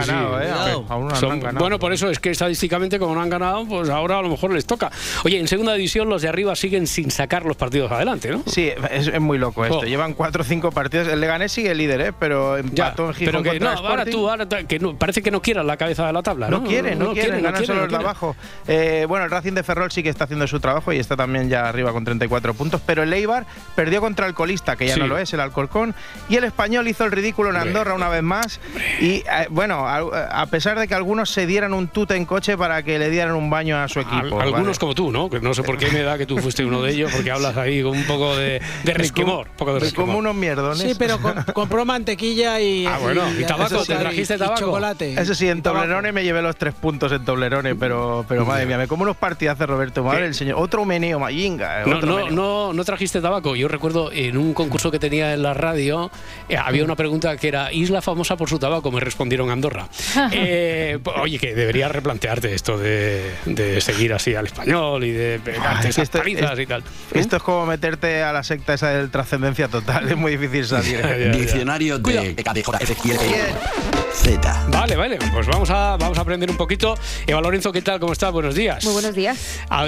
Bueno, por eso es que estadísticamente como no han ganado, pues ahora a lo mejor les toca. Oye, en segunda división los de arriba siguen sin sacar los partidos adelante, ¿no? Sí, es muy loco esto. Llevan 4 o 5 partidos. El Leganés sigue líder, pero empató en Gijón contra ahora tú, parece que no quieran la cabeza de la tabla. No quieren, ganan solo los de abajo. Bueno, el Racing de Ferrol sí que está haciendo su trabajo y está también ya arriba con 34 puntos, pero el Eibar perdió contra el colista, que ya no lo es, el Alcorcón, y el Español hizo el ridículo en Andorra una vez más. Y bueno, a pesar de que algunos se dieran un tute en coche para que le dieran un baño a su equipo. Algunos como tú, ¿no? Que no sé por qué me da que tú fuiste uno de ellos, porque hablas ahí con un poco de resquemor. Como unos mierdones. Sí, pero compró mantequilla y... bueno, y tabaco, ¿te trajiste tabaco? Y chocolate. Eso sí, en Toblerone me llevé los 3 puntos en Toblerone, pero madre mía, me como unos partidazos, Roberto, madre el señor. Otro meneo, mayinga. No trajiste tabaco. Yo recuerdo en un concurso que tenía en la radio, había una pregunta que era: ¿isla famosa por su tabaco? Me respondieron Andorra. Oye, que deberías replantearte esto de seguir así al Español y de pegarte esas palizas y tal. Esto es como meterte a la secta esa del trascendencia total, es muy difícil salir. Diccionario de Z. Vale, pues vamos a aprender un poquito. Eva Lorenzo, ¿qué tal? ¿Cómo estás? Buenos días. Muy buenos días. A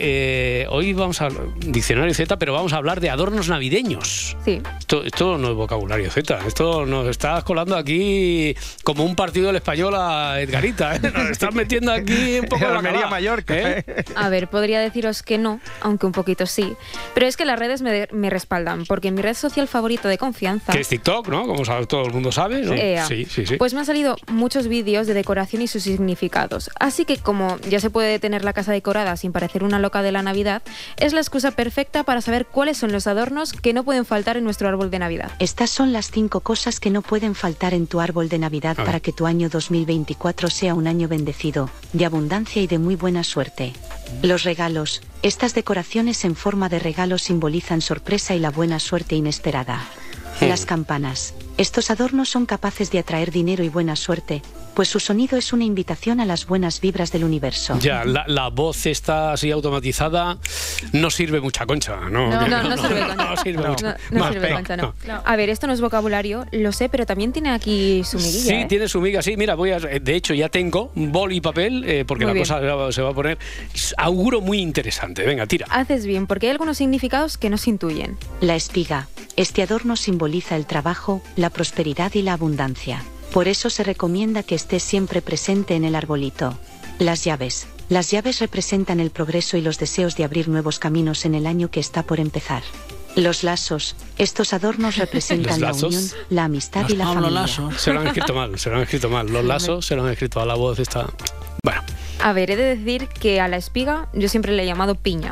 ver, hoy vamos a Diccionario Z, pero vamos a hablar de adornos navideños. Sí. Esto no es vocabulario Z, esto nos estás colando aquí como un partido del Español a Edgarita, ¿eh? Nos estás metiendo aquí un poco de Almería Mallorca, ¿eh? A ver, podría deciros que no, aunque un poquito sí, pero es que las redes me respaldan, porque mi red social favorita de confianza... Que es TikTok, ¿no? Como todo el mundo sabe, ¿no? Sí. Pues me han salido muchos vídeos de decoración y sus significados, así que como ya se puede tener la casa decorada sin parecer una loca de la Navidad, es la excusa perfecta para saber cuáles son los adornos que no pueden faltar en nuestro árbol de Navidad. Estas son las 5 cosas que no pueden faltar en tu árbol de Navidad para que tu año 2024 sea un año bendecido, de abundancia y de muy buena suerte. Los regalos. Estas decoraciones en forma de regalo simbolizan sorpresa y la buena suerte inesperada. Las campanas. Estos adornos son capaces de atraer dinero y buena suerte, pues su sonido es una invitación a las buenas vibras del universo. Ya, la voz está así automatizada, no sirve mucha concha, ¿no? No sirve concha. No sirve mucho. No sirve concha, no. A ver, esto no es vocabulario, lo sé, pero también tiene aquí su miguilla. Sí, tiene su miga, sí. Mira, de hecho ya tengo bol y papel, porque muy la bien. cosa se va a poner, auguro, muy interesante. Venga, tira. Haces bien, porque hay algunos significados que no se intuyen. La espiga. Este adorno simboliza el trabajo, la prosperidad y la abundancia. Por eso se recomienda que esté siempre presente en el arbolito. Las llaves. Las llaves representan el progreso y los deseos de abrir nuevos caminos en el año que está por empezar. Los lazos. Estos adornos representan la unión, la amistad y la familia. Se lo han escrito mal. Los lazos se lo han escrito a la voz esta. Bueno. A ver, he de decir que a la espiga yo siempre le he llamado piña.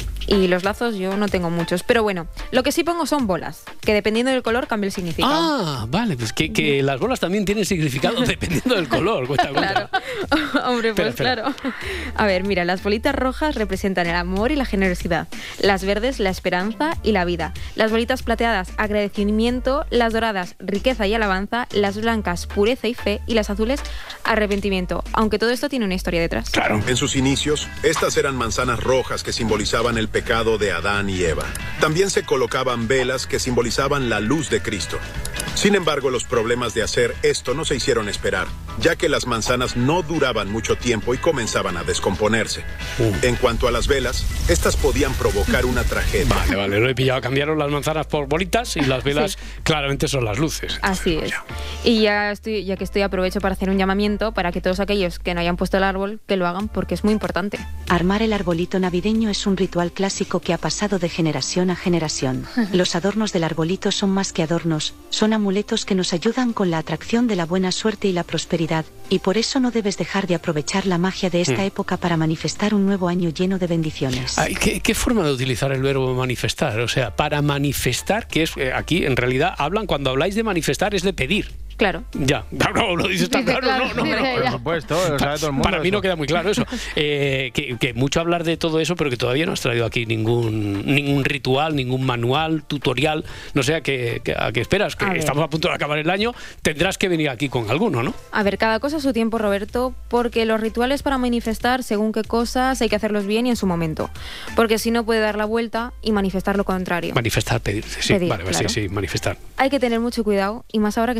Y los lazos yo no tengo muchos. Pero bueno, lo que sí pongo son bolas, que dependiendo del color cambia el significado. Ah, vale, pues que las bolas también tienen significado dependiendo del color. Claro. Hombre, pues espera. claro. A ver, mira, las bolitas rojas representan el amor y la generosidad. Las verdes, la esperanza y la vida. Las bolitas plateadas, agradecimiento. Las doradas, riqueza y alabanza. Las blancas, pureza y fe. Y las azules, arrepentimiento. Aunque todo esto tiene una historia detrás. Claro. En sus inicios, estas eran manzanas rojas que simbolizaban el pecado de Adán y Eva. También se colocaban velas que simbolizaban la luz de Cristo. Sin embargo, los problemas de hacer esto no se hicieron esperar, ya que las manzanas no duraban mucho tiempo y comenzaban a descomponerse. En cuanto a las velas, estas podían provocar una tragedia. Vale, lo he pillado. Cambiaron las manzanas por bolitas y las velas claramente son las luces. Así es. Y ya que estoy, aprovecho para hacer un llamamiento para que todos aquellos que no hayan puesto el árbol, que lo hagan porque es muy importante. Armar el arbolito navideño es un ritual clásico que ha pasado de generación a generación. Los adornos del arbolito son más que adornos, son amuletos que nos ayudan con la atracción de la buena suerte y la prosperidad, y por eso no debes dejar de aprovechar la magia de esta época para manifestar un nuevo año lleno de bendiciones. Ay, ¿qué forma de utilizar el verbo manifestar? O sea, para manifestar, que es aquí en realidad hablan, cuando habláis de manifestar, es de pedir. Claro. Ya, no lo dices tan claro. No. Por supuesto, lo sabe todo el mundo. Para mí no queda muy claro eso. Que mucho hablar de todo eso, pero que todavía no has traído aquí ningún ritual, ningún manual, tutorial. No sé a qué esperas, que estamos a punto de acabar el año. Tendrás que venir aquí con alguno, ¿no? A ver, cada cosa a su tiempo, Roberto, porque los rituales para manifestar según qué cosas hay que hacerlos bien y en su momento. Porque si no puede dar la vuelta y manifestar lo contrario. Manifestar, pedir. Sí, pedir, vale, claro. sí, manifestar. Hay que tener mucho cuidado, y más ahora que estamos en Mercurio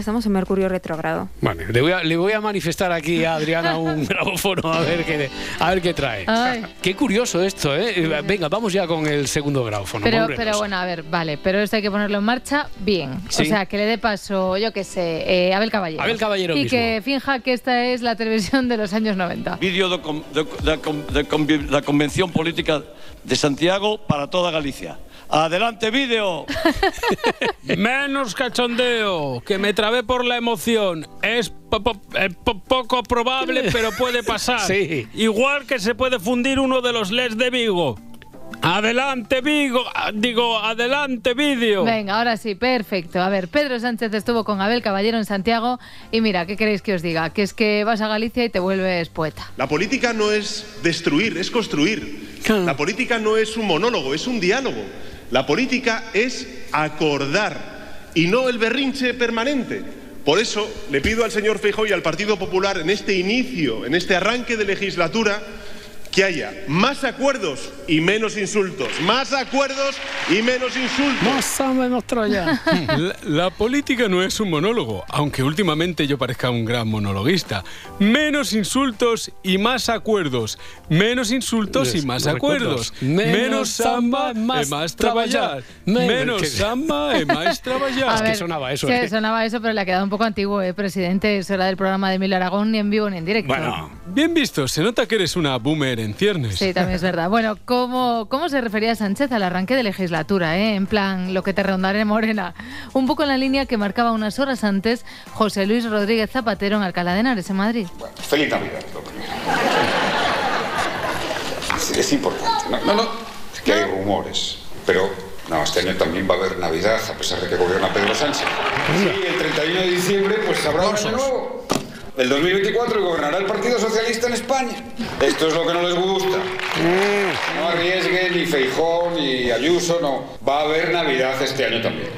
Mercurio retrógrado. Vale, le voy a manifestar aquí a Adriana un grabófono a ver qué trae. Ay. Qué curioso esto, ¿eh? Venga, vamos ya con el segundo grabófono. Pero bueno, a ver, vale, pero esto hay que ponerlo en marcha bien. Sí. O sea, que le dé paso, yo qué sé, Abel Caballero. Abel Caballero y mismo. que finja que esta es la televisión de los años 90. Vídeo de la Convención Política de Santiago para toda Galicia. ¡Adelante, vídeo! Menos cachondeo, que me trabé por la emoción. Es poco probable, pero puede pasar. Sí. Igual que se puede fundir uno de los LEDs de Vigo. Adelante, Vigo. Digo, adelante, vídeo. Venga, ahora sí, perfecto. A ver, Pedro Sánchez estuvo con Abel Caballero en Santiago y mira, ¿qué queréis que os diga? Que es que vas a Galicia y te vuelves poeta. La política no es destruir, es construir. La política no es un monólogo, es un diálogo. La política es acordar y no el berrinche permanente. Por eso le pido al señor Feijóo y al Partido Popular en este inicio, en este arranque de legislatura, que haya más acuerdos y menos insultos. Más acuerdos y menos insultos. La política no es un monólogo, aunque últimamente yo parezca un gran monologuista. Menos insultos y más acuerdos. Menos insultos y más acuerdos. Menos samba y más traballar. Menos samba y más traballar. A ver, sonaba eso, pero le ha quedado un poco antiguo, presidente. Eso era del programa de Emilio Aragón, ni en vivo ni en directo. Bueno, bien visto. Se nota que eres una boomer en ciernes. Sí, también es verdad. Bueno, ¿cómo se refería Sánchez al arranque de legislatura? En plan, lo que te rondaré, Morena. Un poco en la línea que marcaba unas horas antes José Luis Rodríguez Zapatero en Alcalá de Henares, en Madrid. Bueno, feliz Navidad, lo primero. Es importante. No, es que hay rumores, pero no, este año también va a haber Navidad, a pesar de que gobierna Pedro Sánchez. Sí, el 31 de diciembre pues habrá un año nuevo. El 2024 gobernará el Partido Socialista en España. Esto es lo que no les gusta. No arriesguen ni Feijóo ni Ayuso, no. Va a haber Navidad este año también.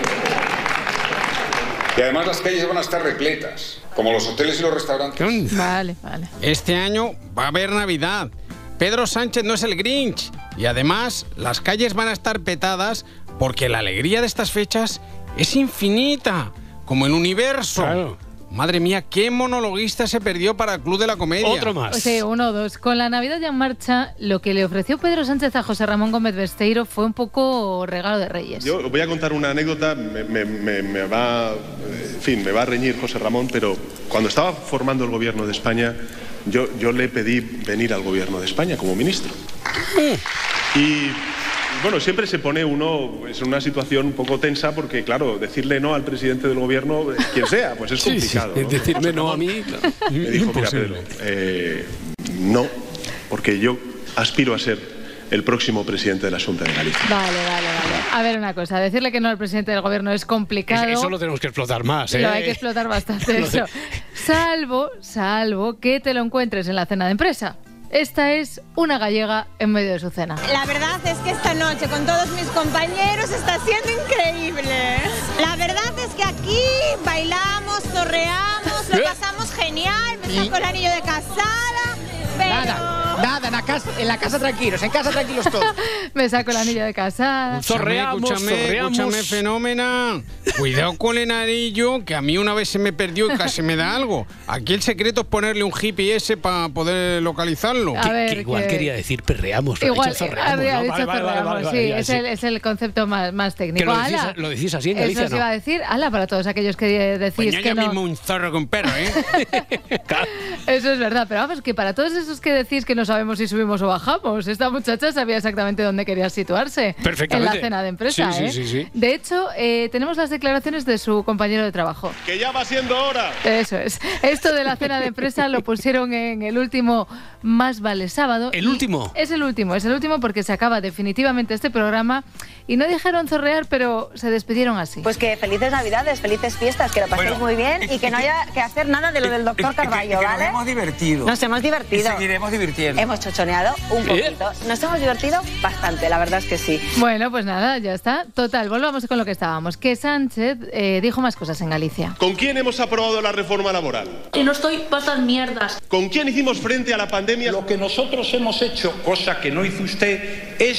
Y además las calles van a estar repletas, como los hoteles y los restaurantes. Vale. Este año va a haber Navidad. Pedro Sánchez no es el Grinch. Y además las calles van a estar petadas porque la alegría de estas fechas es infinita, como el universo. Claro. Madre mía, qué monologuista se perdió para el Club de la Comedia. Otro más. Sí, 1 o 2. Con la Navidad ya en marcha, lo que le ofreció Pedro Sánchez a José Ramón Gómez Besteiro fue un poco regalo de Reyes. Yo os voy a contar una anécdota, me va a reñir José Ramón, pero cuando estaba formando el gobierno de España, yo le pedí venir al gobierno de España como ministro. Y bueno, siempre se pone uno en una situación un poco tensa porque, claro, decirle no al presidente del gobierno, quien sea, pues es complicado. Sí, ¿no? Decirme no a mí, claro. Me dijo, mira, Pedro, no, porque yo aspiro a ser el próximo presidente de la Xunta de Galicia. Vale. A ver, una cosa, decirle que no al presidente del gobierno es complicado. Eso lo tenemos que explotar más, ¿eh? Lo hay que explotar bastante eso. Salvo que te lo encuentres en la cena de empresa. Esta es una gallega en medio de su cena. La verdad es que esta noche con todos mis compañeros está siendo increíble. La verdad es que aquí bailamos, zorreamos, lo pasamos genial, me saco el anillo de casada, pero... Nada, en la casa tranquilos, en casa tranquilos todos. Me saco el anillo de casada. Escúchame, fenómena. Cuidado con el anillo, que a mí una vez se me perdió y casi me da algo. Aquí el secreto es ponerle un GPS para poder localizarlo. Que igual quería decir perreamos. Igual, zorreamos, sí, es el concepto más técnico. Que lo decís así en Galicia, eso se iba a decir, para todos aquellos que decís pues que no. mismo un zorro con perro, ¿eh? Eso es verdad, pero vamos, que para todos esos que decís que no sabemos si subimos o bajamos, esta muchacha sabía exactamente dónde quería situarse. Perfectamente. En la cena de empresa, Sí. De hecho, tenemos las declaraciones de su compañero de trabajo. ¡Que ya va siendo hora! Eso es. Esto de la cena de empresa lo pusieron en el último Más Vale Sábado. ¿El último? Es el último porque se acaba definitivamente este programa y no dijeron zorrear, pero se despidieron así. Pues que felices Navidades, felices fiestas, que lo paséis muy bien y que no haya que hacer nada de lo del doctor Carballo, ¿vale? Nos hemos divertido. Nos hemos divertido. Y seguiremos divirtiendo. Hemos chochoneado un poquito. Nos hemos divertido bastante, la verdad es que sí. Bueno, pues nada, ya está. Total, volvamos con lo que estábamos. Que Sánchez dijo más cosas en Galicia. ¿Con quién hemos aprobado la reforma laboral? Que no estoy para estas mierdas. ¿Con quién hicimos frente a la pandemia? Lo que nosotros hemos hecho, cosa que no hizo usted, es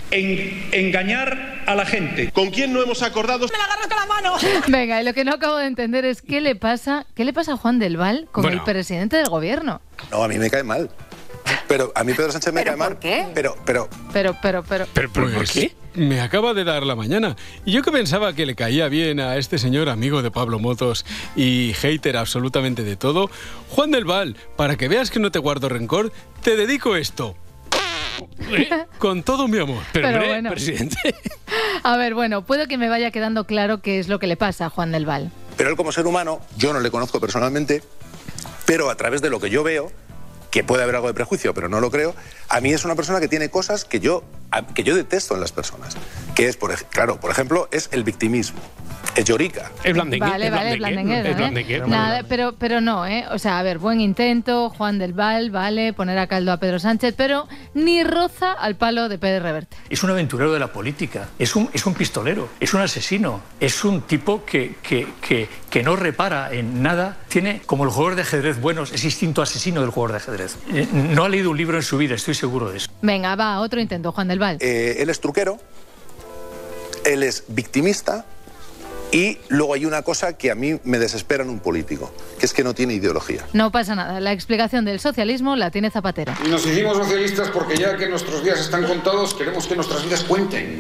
en engañar a la gente. ¿Con quién no hemos acordado? ¡Me la agarras con la mano! Venga, y lo que no acabo de entender es qué le pasa a Juan del Val con el presidente del gobierno. No, a mí me cae mal. Pero a mí Pedro Sánchez me cae mal. ¿Por qué? Pero ¿por qué? Me acaba de dar la mañana. Y yo que pensaba que le caía bien a este señor amigo de Pablo Motos y hater absolutamente de todo, Juan del Val, para que veas que no te guardo rencor, te dedico esto. Con todo mi amor. Pero hombre, bueno. Presidente. A ver, bueno, puedo que me vaya quedando claro qué es lo que le pasa a Juan del Val. Pero él como ser humano, yo no le conozco personalmente, pero a través de lo que yo veo, que puede haber algo de prejuicio, pero no lo creo, a mí es una persona que tiene cosas que yo detesto en las personas. Que es, por ejemplo, es el victimismo. Es llorica. Es blandengue. Vale, es blandengue. Nada, pero no, ¿eh? O sea, a ver, buen intento, Juan del Val, vale, poner a caldo a Pedro Sánchez, pero ni roza al palo de Pérez Reverte. Es un aventurero de la política, es un pistolero, es un asesino, es un tipo que no repara en nada, tiene, como el jugador de ajedrez bueno, ese instinto asesino del jugador de ajedrez. No ha leído un libro en su vida, estoy seguro de eso. Venga, va, otro intento, Juan del Val. Él es truquero, él es victimista. Y luego hay una cosa que a mí me desespera en un político, que es que no tiene ideología. No pasa nada, la explicación del socialismo la tiene Zapatero. Y nos hicimos socialistas porque ya que nuestros días están contados, queremos que nuestras vidas cuenten.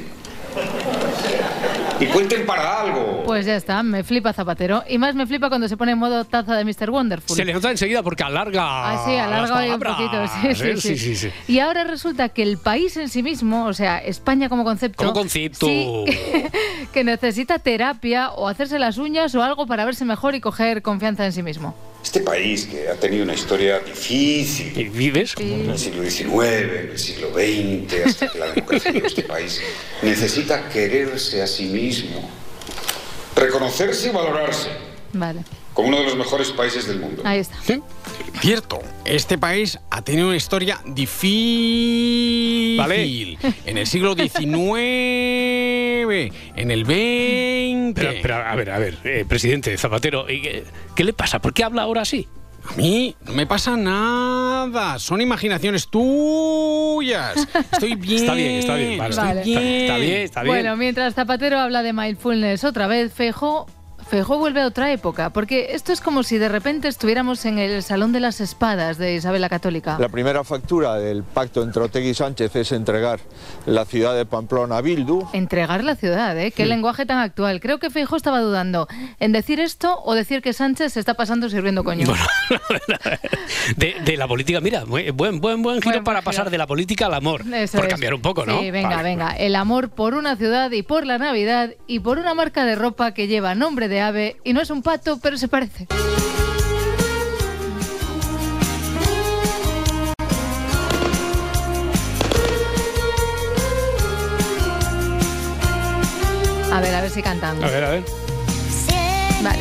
Y cuenten para algo. Pues ya está, me flipa Zapatero. Y más me flipa cuando se pone en modo taza de Mr. Wonderful. Se le nota enseguida porque alarga. Sí, alarga ahí un poquito. Sí. Y ahora resulta que el país en sí mismo, o sea, España como concepto. Como concepto. Sí, que necesita terapia o hacerse las uñas o algo para verse mejor y coger confianza en sí mismo. Este país que ha tenido una historia difícil. ¿Y vives? En el siglo XIX, en el siglo XX, hasta que la democracia de este país necesita quererse a sí mismo, reconocerse y valorarse. Vale. Como uno de los mejores países del mundo. Ahí está. ¿Sí? Cierto, este país ha tenido una historia difícil. Vale. En el siglo XIX, en el XX. Pero a ver, presidente Zapatero, ¿qué le pasa? ¿Por qué habla ahora así? A mí no me pasa nada, son imaginaciones tuyas. Estoy bien. Está bien, vale. Está bien. Bueno, mientras Zapatero habla de mindfulness otra vez, Feijóo vuelve a otra época, porque esto es como si de repente estuviéramos en el Salón de las Espadas de Isabel la Católica. La primera factura del pacto entre Otegi y Sánchez es entregar la ciudad de Pamplona a Bildu. Entregar la ciudad, ¿eh? Qué lenguaje tan actual. Creo que Feijóo estaba dudando en decir esto o decir que Sánchez se está pasando sirviendo coño. Bueno, de la política, mira, buen giro para pasar de la política al amor. Eso por es. Cambiar un poco, ¿no? Sí, venga. El amor por una ciudad y por la Navidad y por una marca de ropa que lleva nombre de ave y no es un pato, pero se parece. A ver si cantan. A ver. Vale.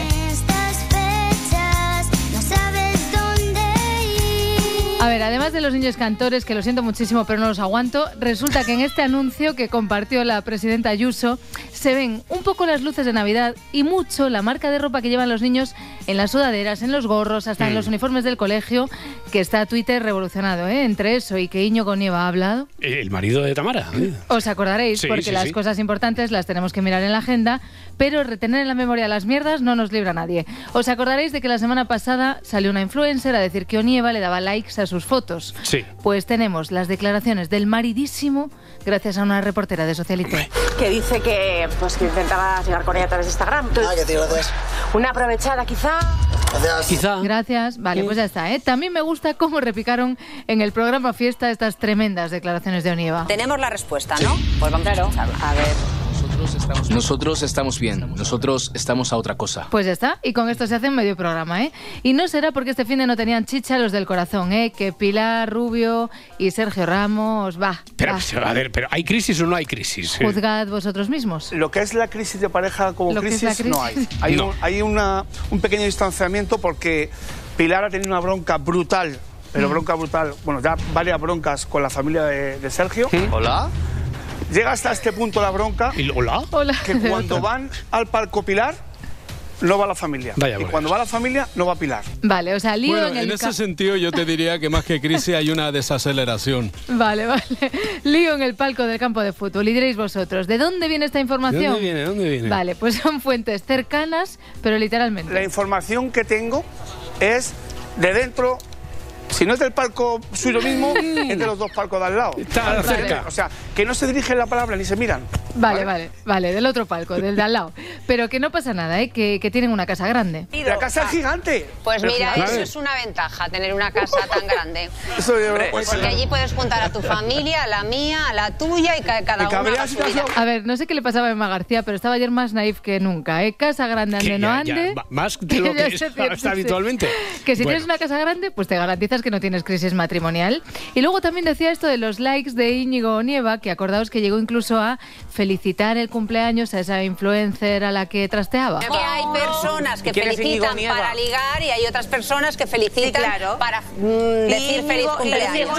A ver, además de los niños cantores, que lo siento muchísimo, pero no los aguanto, resulta que en este anuncio que compartió la presidenta Ayuso se ven un poco las luces de Navidad y mucho la marca de ropa que llevan los niños en las sudaderas, en los gorros, hasta en los uniformes del colegio, que está Twitter revolucionado, ¿eh? Entre eso y que Íñigo Nieva ha hablado. El marido de Tamara. Os acordaréis, Sí, porque sí, las sí. cosas importantes las tenemos que mirar en la agenda, pero retener en la memoria las mierdas no nos libra a nadie. Os acordaréis de que la semana pasada salió una influencer a decir que Onieva le daba likes a sus fotos. Sí. Pues tenemos las declaraciones del maridísimo gracias a una reportera de Socialite. Que dice que intentaba llegar con ella a través de Instagram. Que tío, gracias. Una aprovechada quizá. Gracias. Gracias. Vale, pues ya está, ¿eh? También me gusta cómo repicaron en el programa Fiesta estas tremendas declaraciones de Onieva. Tenemos la respuesta, ¿no? Pues vamos a ver. Nosotros estamos bien, nosotros estamos a otra cosa. Pues ya está, y con esto se hace medio programa, ¿eh? Y no será porque este fin de no tenían chicha los del corazón, ¿eh? Que Pilar Rubio y Sergio Ramos, Pero, a ver, pero ¿hay crisis o no hay crisis? Juzgad vosotros mismos. Lo que es la crisis de pareja como Lo que es la crisis, no hay. Hay un pequeño distanciamiento porque Pilar ha tenido una bronca brutal, pero bronca brutal, bueno, ya varias broncas con la familia de Sergio. ¿Hola? Llega hasta este punto la bronca. ¿Hola? Que cuando van al palco Pilar, no va la familia. Vaya, y cuando va la familia, no va Pilar. Vale, o sea, lío Bueno, en el... en ese sentido yo te diría que más que crisis hay una desaceleración. Vale. Lío en el palco del campo de fútbol. Y diréis vosotros, ¿de dónde viene esta información? ¿De dónde viene? Vale, pues son fuentes cercanas, pero literalmente. La información que tengo es de dentro. Si no es del palco suyo mismo, es de los dos palcos de al lado. Está cerca. O sea, que no se dirigen la palabra ni se miran. Vale, del otro palco, del de al lado. Pero que no pasa nada, ¿eh? Que tienen una casa grande. La casa es gigante. Pues mira, eso es una ventaja, tener una casa tan grande. Porque allí puedes juntar a tu familia, a la mía, a la tuya y cada uno haga su vida. A ver, no sé qué le pasaba a Emma García, pero estaba ayer más naif que nunca, ¿eh? Casa grande, ande, no ande. Más de lo que está habitualmente. Que si tienes una casa grande, pues te garantizas que no tienes crisis matrimonial. Y luego también decía esto de los likes de Íñigo Nieva, que acordaos que llegó incluso a felicitar el cumpleaños a esa influencer a la que trasteaba. Que hay personas que felicitan para ligar y hay otras personas que felicitan para decir feliz cumpleaños.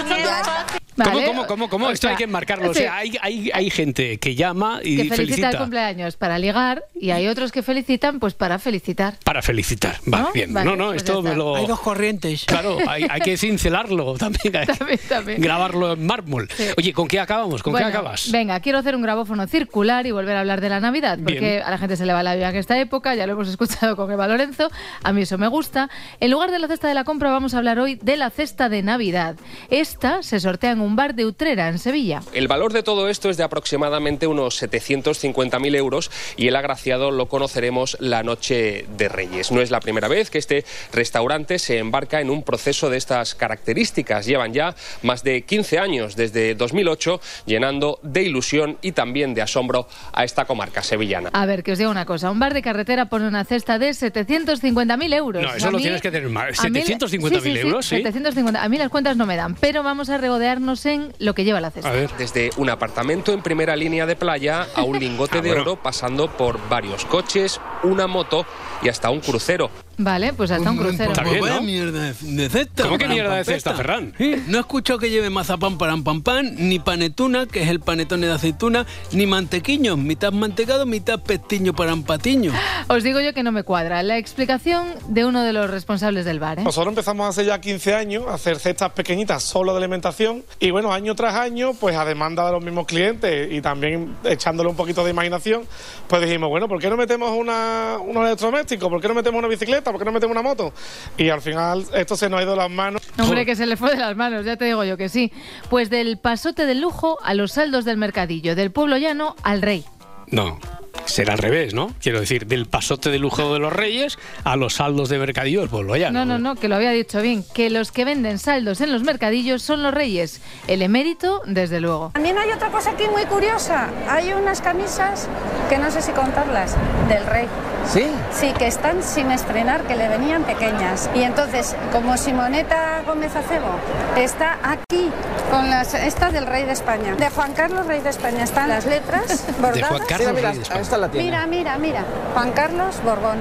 Vale. ¿Cómo? Esto hay que enmarcarlo. Sí. O sea, hay gente que llama y que felicita el cumpleaños para ligar y hay otros que felicitan pues para felicitar. Para felicitar. Vale, ¿No? bien. Vale, No, pues esto me lo... Hay dos corrientes. Claro, hay que cincelarlo también. También. Grabarlo en mármol. Sí. Oye, ¿con qué acabamos? ¿Con qué acabas? Venga, quiero hacer un grabófono circular y volver a hablar de la Navidad, porque bien. A la gente se le va la vida en esta época, ya lo hemos escuchado con Eva Lorenzo, a mí eso me gusta. En lugar de la cesta de la compra vamos a hablar hoy de la cesta de Navidad. Esta se sortea en un bar de Utrera, en Sevilla. El valor de todo esto es de aproximadamente unos 750.000 euros y el agraciado lo conoceremos la noche de Reyes. No es la primera vez que este restaurante se embarca en un proceso de estas características. Llevan ya más de 15 años, desde 2008, llenando de ilusión y también de asombro a esta comarca sevillana. A ver, que os digo una cosa. Un bar de carretera pone una cesta de 750.000 euros. No, eso lo tienes que tener más. ¿750.000 euros? Sí. 750. A mí las cuentas no me dan, pero vamos a regodearnos en lo que lleva la cesta. A ver. Desde un apartamento en primera línea de playa a un lingote de oro, pasando por varios coches, una moto y hasta un crucero. Vale, pues hasta un crucero. Está bien, ¿no? Mierda de cesta. ¿Cómo que mierda de cesta, Ferran? No he escuchado que lleve mazapán para pan pan, ni panetuna, que es el panetone de aceituna, ni mantequiño, mitad mantecado, mitad pestiño para patiño. Os digo yo que no me cuadra. La explicación de uno de los responsables del bar, ¿eh? Nosotros empezamos hace ya 15 años a hacer cestas pequeñitas solo de alimentación y bueno, año tras año, pues a demanda de los mismos clientes y también echándole un poquito de imaginación, pues dijimos, bueno, ¿por qué no metemos unos electrodomésticos? ¿Por qué no metemos una bicicleta? ¿Por qué no metemos una moto? Y al final esto se nos ha ido de las manos. Hombre, que se le fue de las manos, ya te digo yo que sí. Pues del pasote del lujo a los saldos del mercadillo, del pueblo llano al rey. No, será al revés, ¿no? Quiero decir, del pasote de lujo de los reyes a los saldos de mercadillo del pueblo llano. No, que lo había dicho bien. Que los que venden saldos en los mercadillos son los reyes. El emérito, desde luego. También hay otra cosa aquí muy curiosa. Hay unas camisas, que no sé si contarlas, del rey. ¿Sí? Sí, que están sin estrenar, que le venían pequeñas. Y entonces, como Simoneta Gómez Acebo está aquí con estas del rey de España. De Juan Carlos, rey de España, están las letras bordadas. De Juan Carlos, rey de España. Esta la tiene. Mira. Juan Carlos Borbón.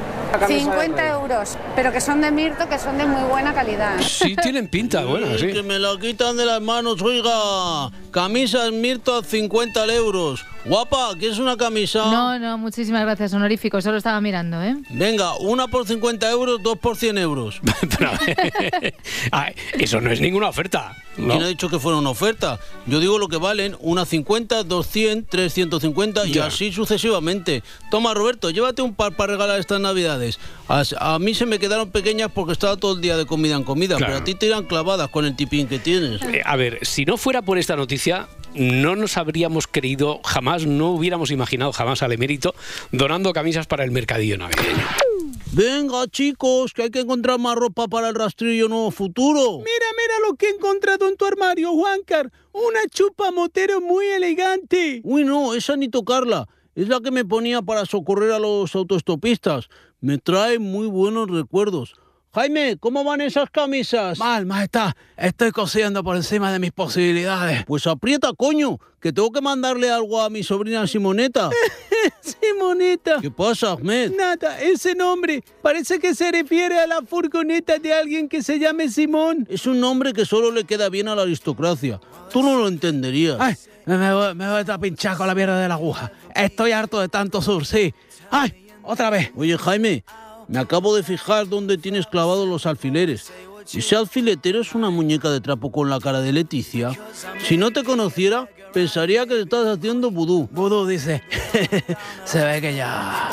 50 euros, pero que son de mirto, que son de muy buena calidad. Sí, tienen pinta, bueno, sí. Que me la quitan de las manos, oiga. Camisas mirto a 50 euros. Guapa, ¿quieres una camisa? No, muchísimas gracias, honorífico. Solo estaba mirando, ¿eh? Venga, una por 50 euros, dos por 100 euros. Pero, eso no es ninguna oferta, ¿no? ¿Quién ha dicho que fuera una oferta? Yo digo lo que valen, una 50, 200, 350 y así sucesivamente. Toma, Roberto, llévate un par para regalar estas Navidades. A mí se me quedaron pequeñas porque estaba todo el día de comida en comida, claro. Pero a ti te irán clavadas con el tipín que tienes. A ver, si no fuera por esta noticia, no nos habríamos creído jamás, no hubiéramos imaginado jamás al emérito donando camisas para el mercadillo navideño. Venga, chicos, que hay que encontrar más ropa para el rastrillo nuevo futuro. Mira lo que he encontrado en tu armario, Juancar. Una chupa motero muy elegante. Uy, no, esa ni tocarla. Es la que me ponía para socorrer a los autoestopistas. Me trae muy buenos recuerdos. Jaime, ¿cómo van esas camisas? Mal, majestad. Estoy cosiendo por encima de mis posibilidades. Pues aprieta, coño, que tengo que mandarle algo a mi sobrina Simoneta. Simoneta. ¿Qué pasa, Ahmed? Nada, ese nombre parece que se refiere a la furgoneta de alguien que se llame Simón. Es un nombre que solo le queda bien a la aristocracia. Tú no lo entenderías. Ay, me voy a pinchar con la mierda de la aguja. Estoy harto de tanto sursi. Ay, otra vez. Oye, Jaime, Me acabo de fijar dónde tienes clavados los alfileres. Ese alfiletero es una muñeca de trapo con la cara de Leticia. Si no te conociera, pensaría que te estás haciendo vudú. Vudú, dice. Se ve que ya...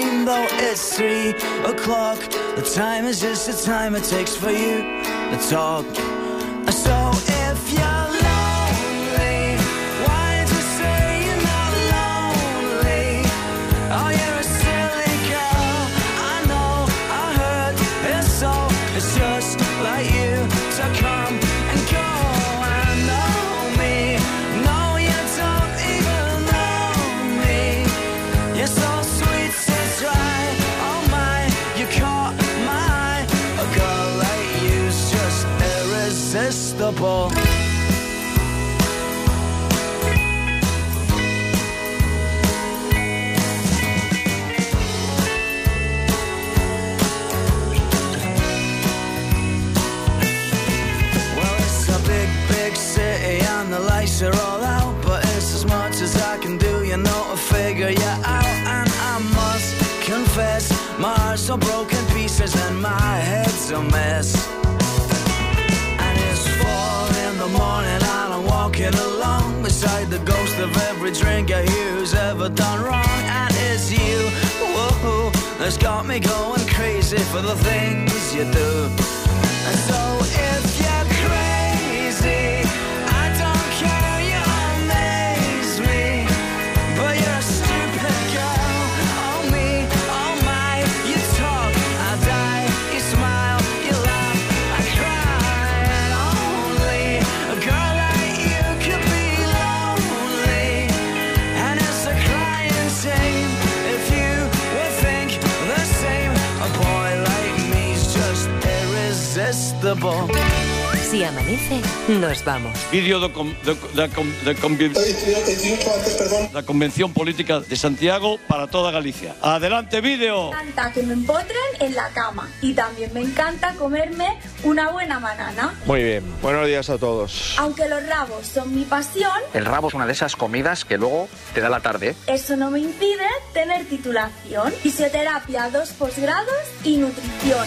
Are all out, but it's as much as I can do, you know, to figure you out. And I must confess, my heart's so broken pieces and my head's a mess. And it's 4 in the morning and I'm walking along beside the ghost of every drink I hear who's ever done wrong. And it's you, whoa, that's got me going crazy for the things you do. And so if you're crazy, Si amanece, nos vamos. Vídeo de la Convención Política de Santiago para toda Galicia. ¡Adelante, vídeo! Me encanta que me empotren en la cama y también me encanta comerme una buena banana. Muy bien, buenos días a todos. Aunque los rabos son mi pasión, el rabo es una de esas comidas que luego te da la tarde. Eso no me impide tener titulación, fisioterapia, 2 posgrados y nutrición.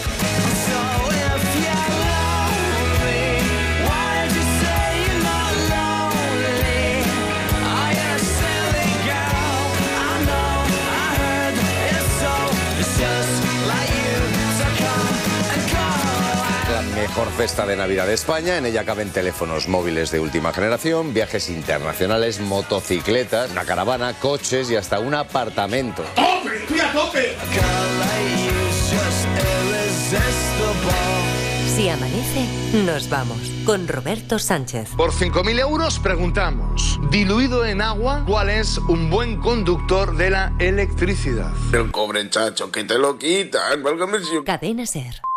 Mejor cesta de Navidad de España. En ella caben teléfonos móviles de última generación, viajes internacionales, motocicletas, una caravana, coches y hasta un apartamento. ¡Tope! ¡Estoy a tope! Si amanece, nos vamos. Con Roberto Sánchez. Por 5.000 euros preguntamos, diluido en agua, ¿cuál es un buen conductor de la electricidad? El cobre, chacho, que te lo quitan. Cadena SER.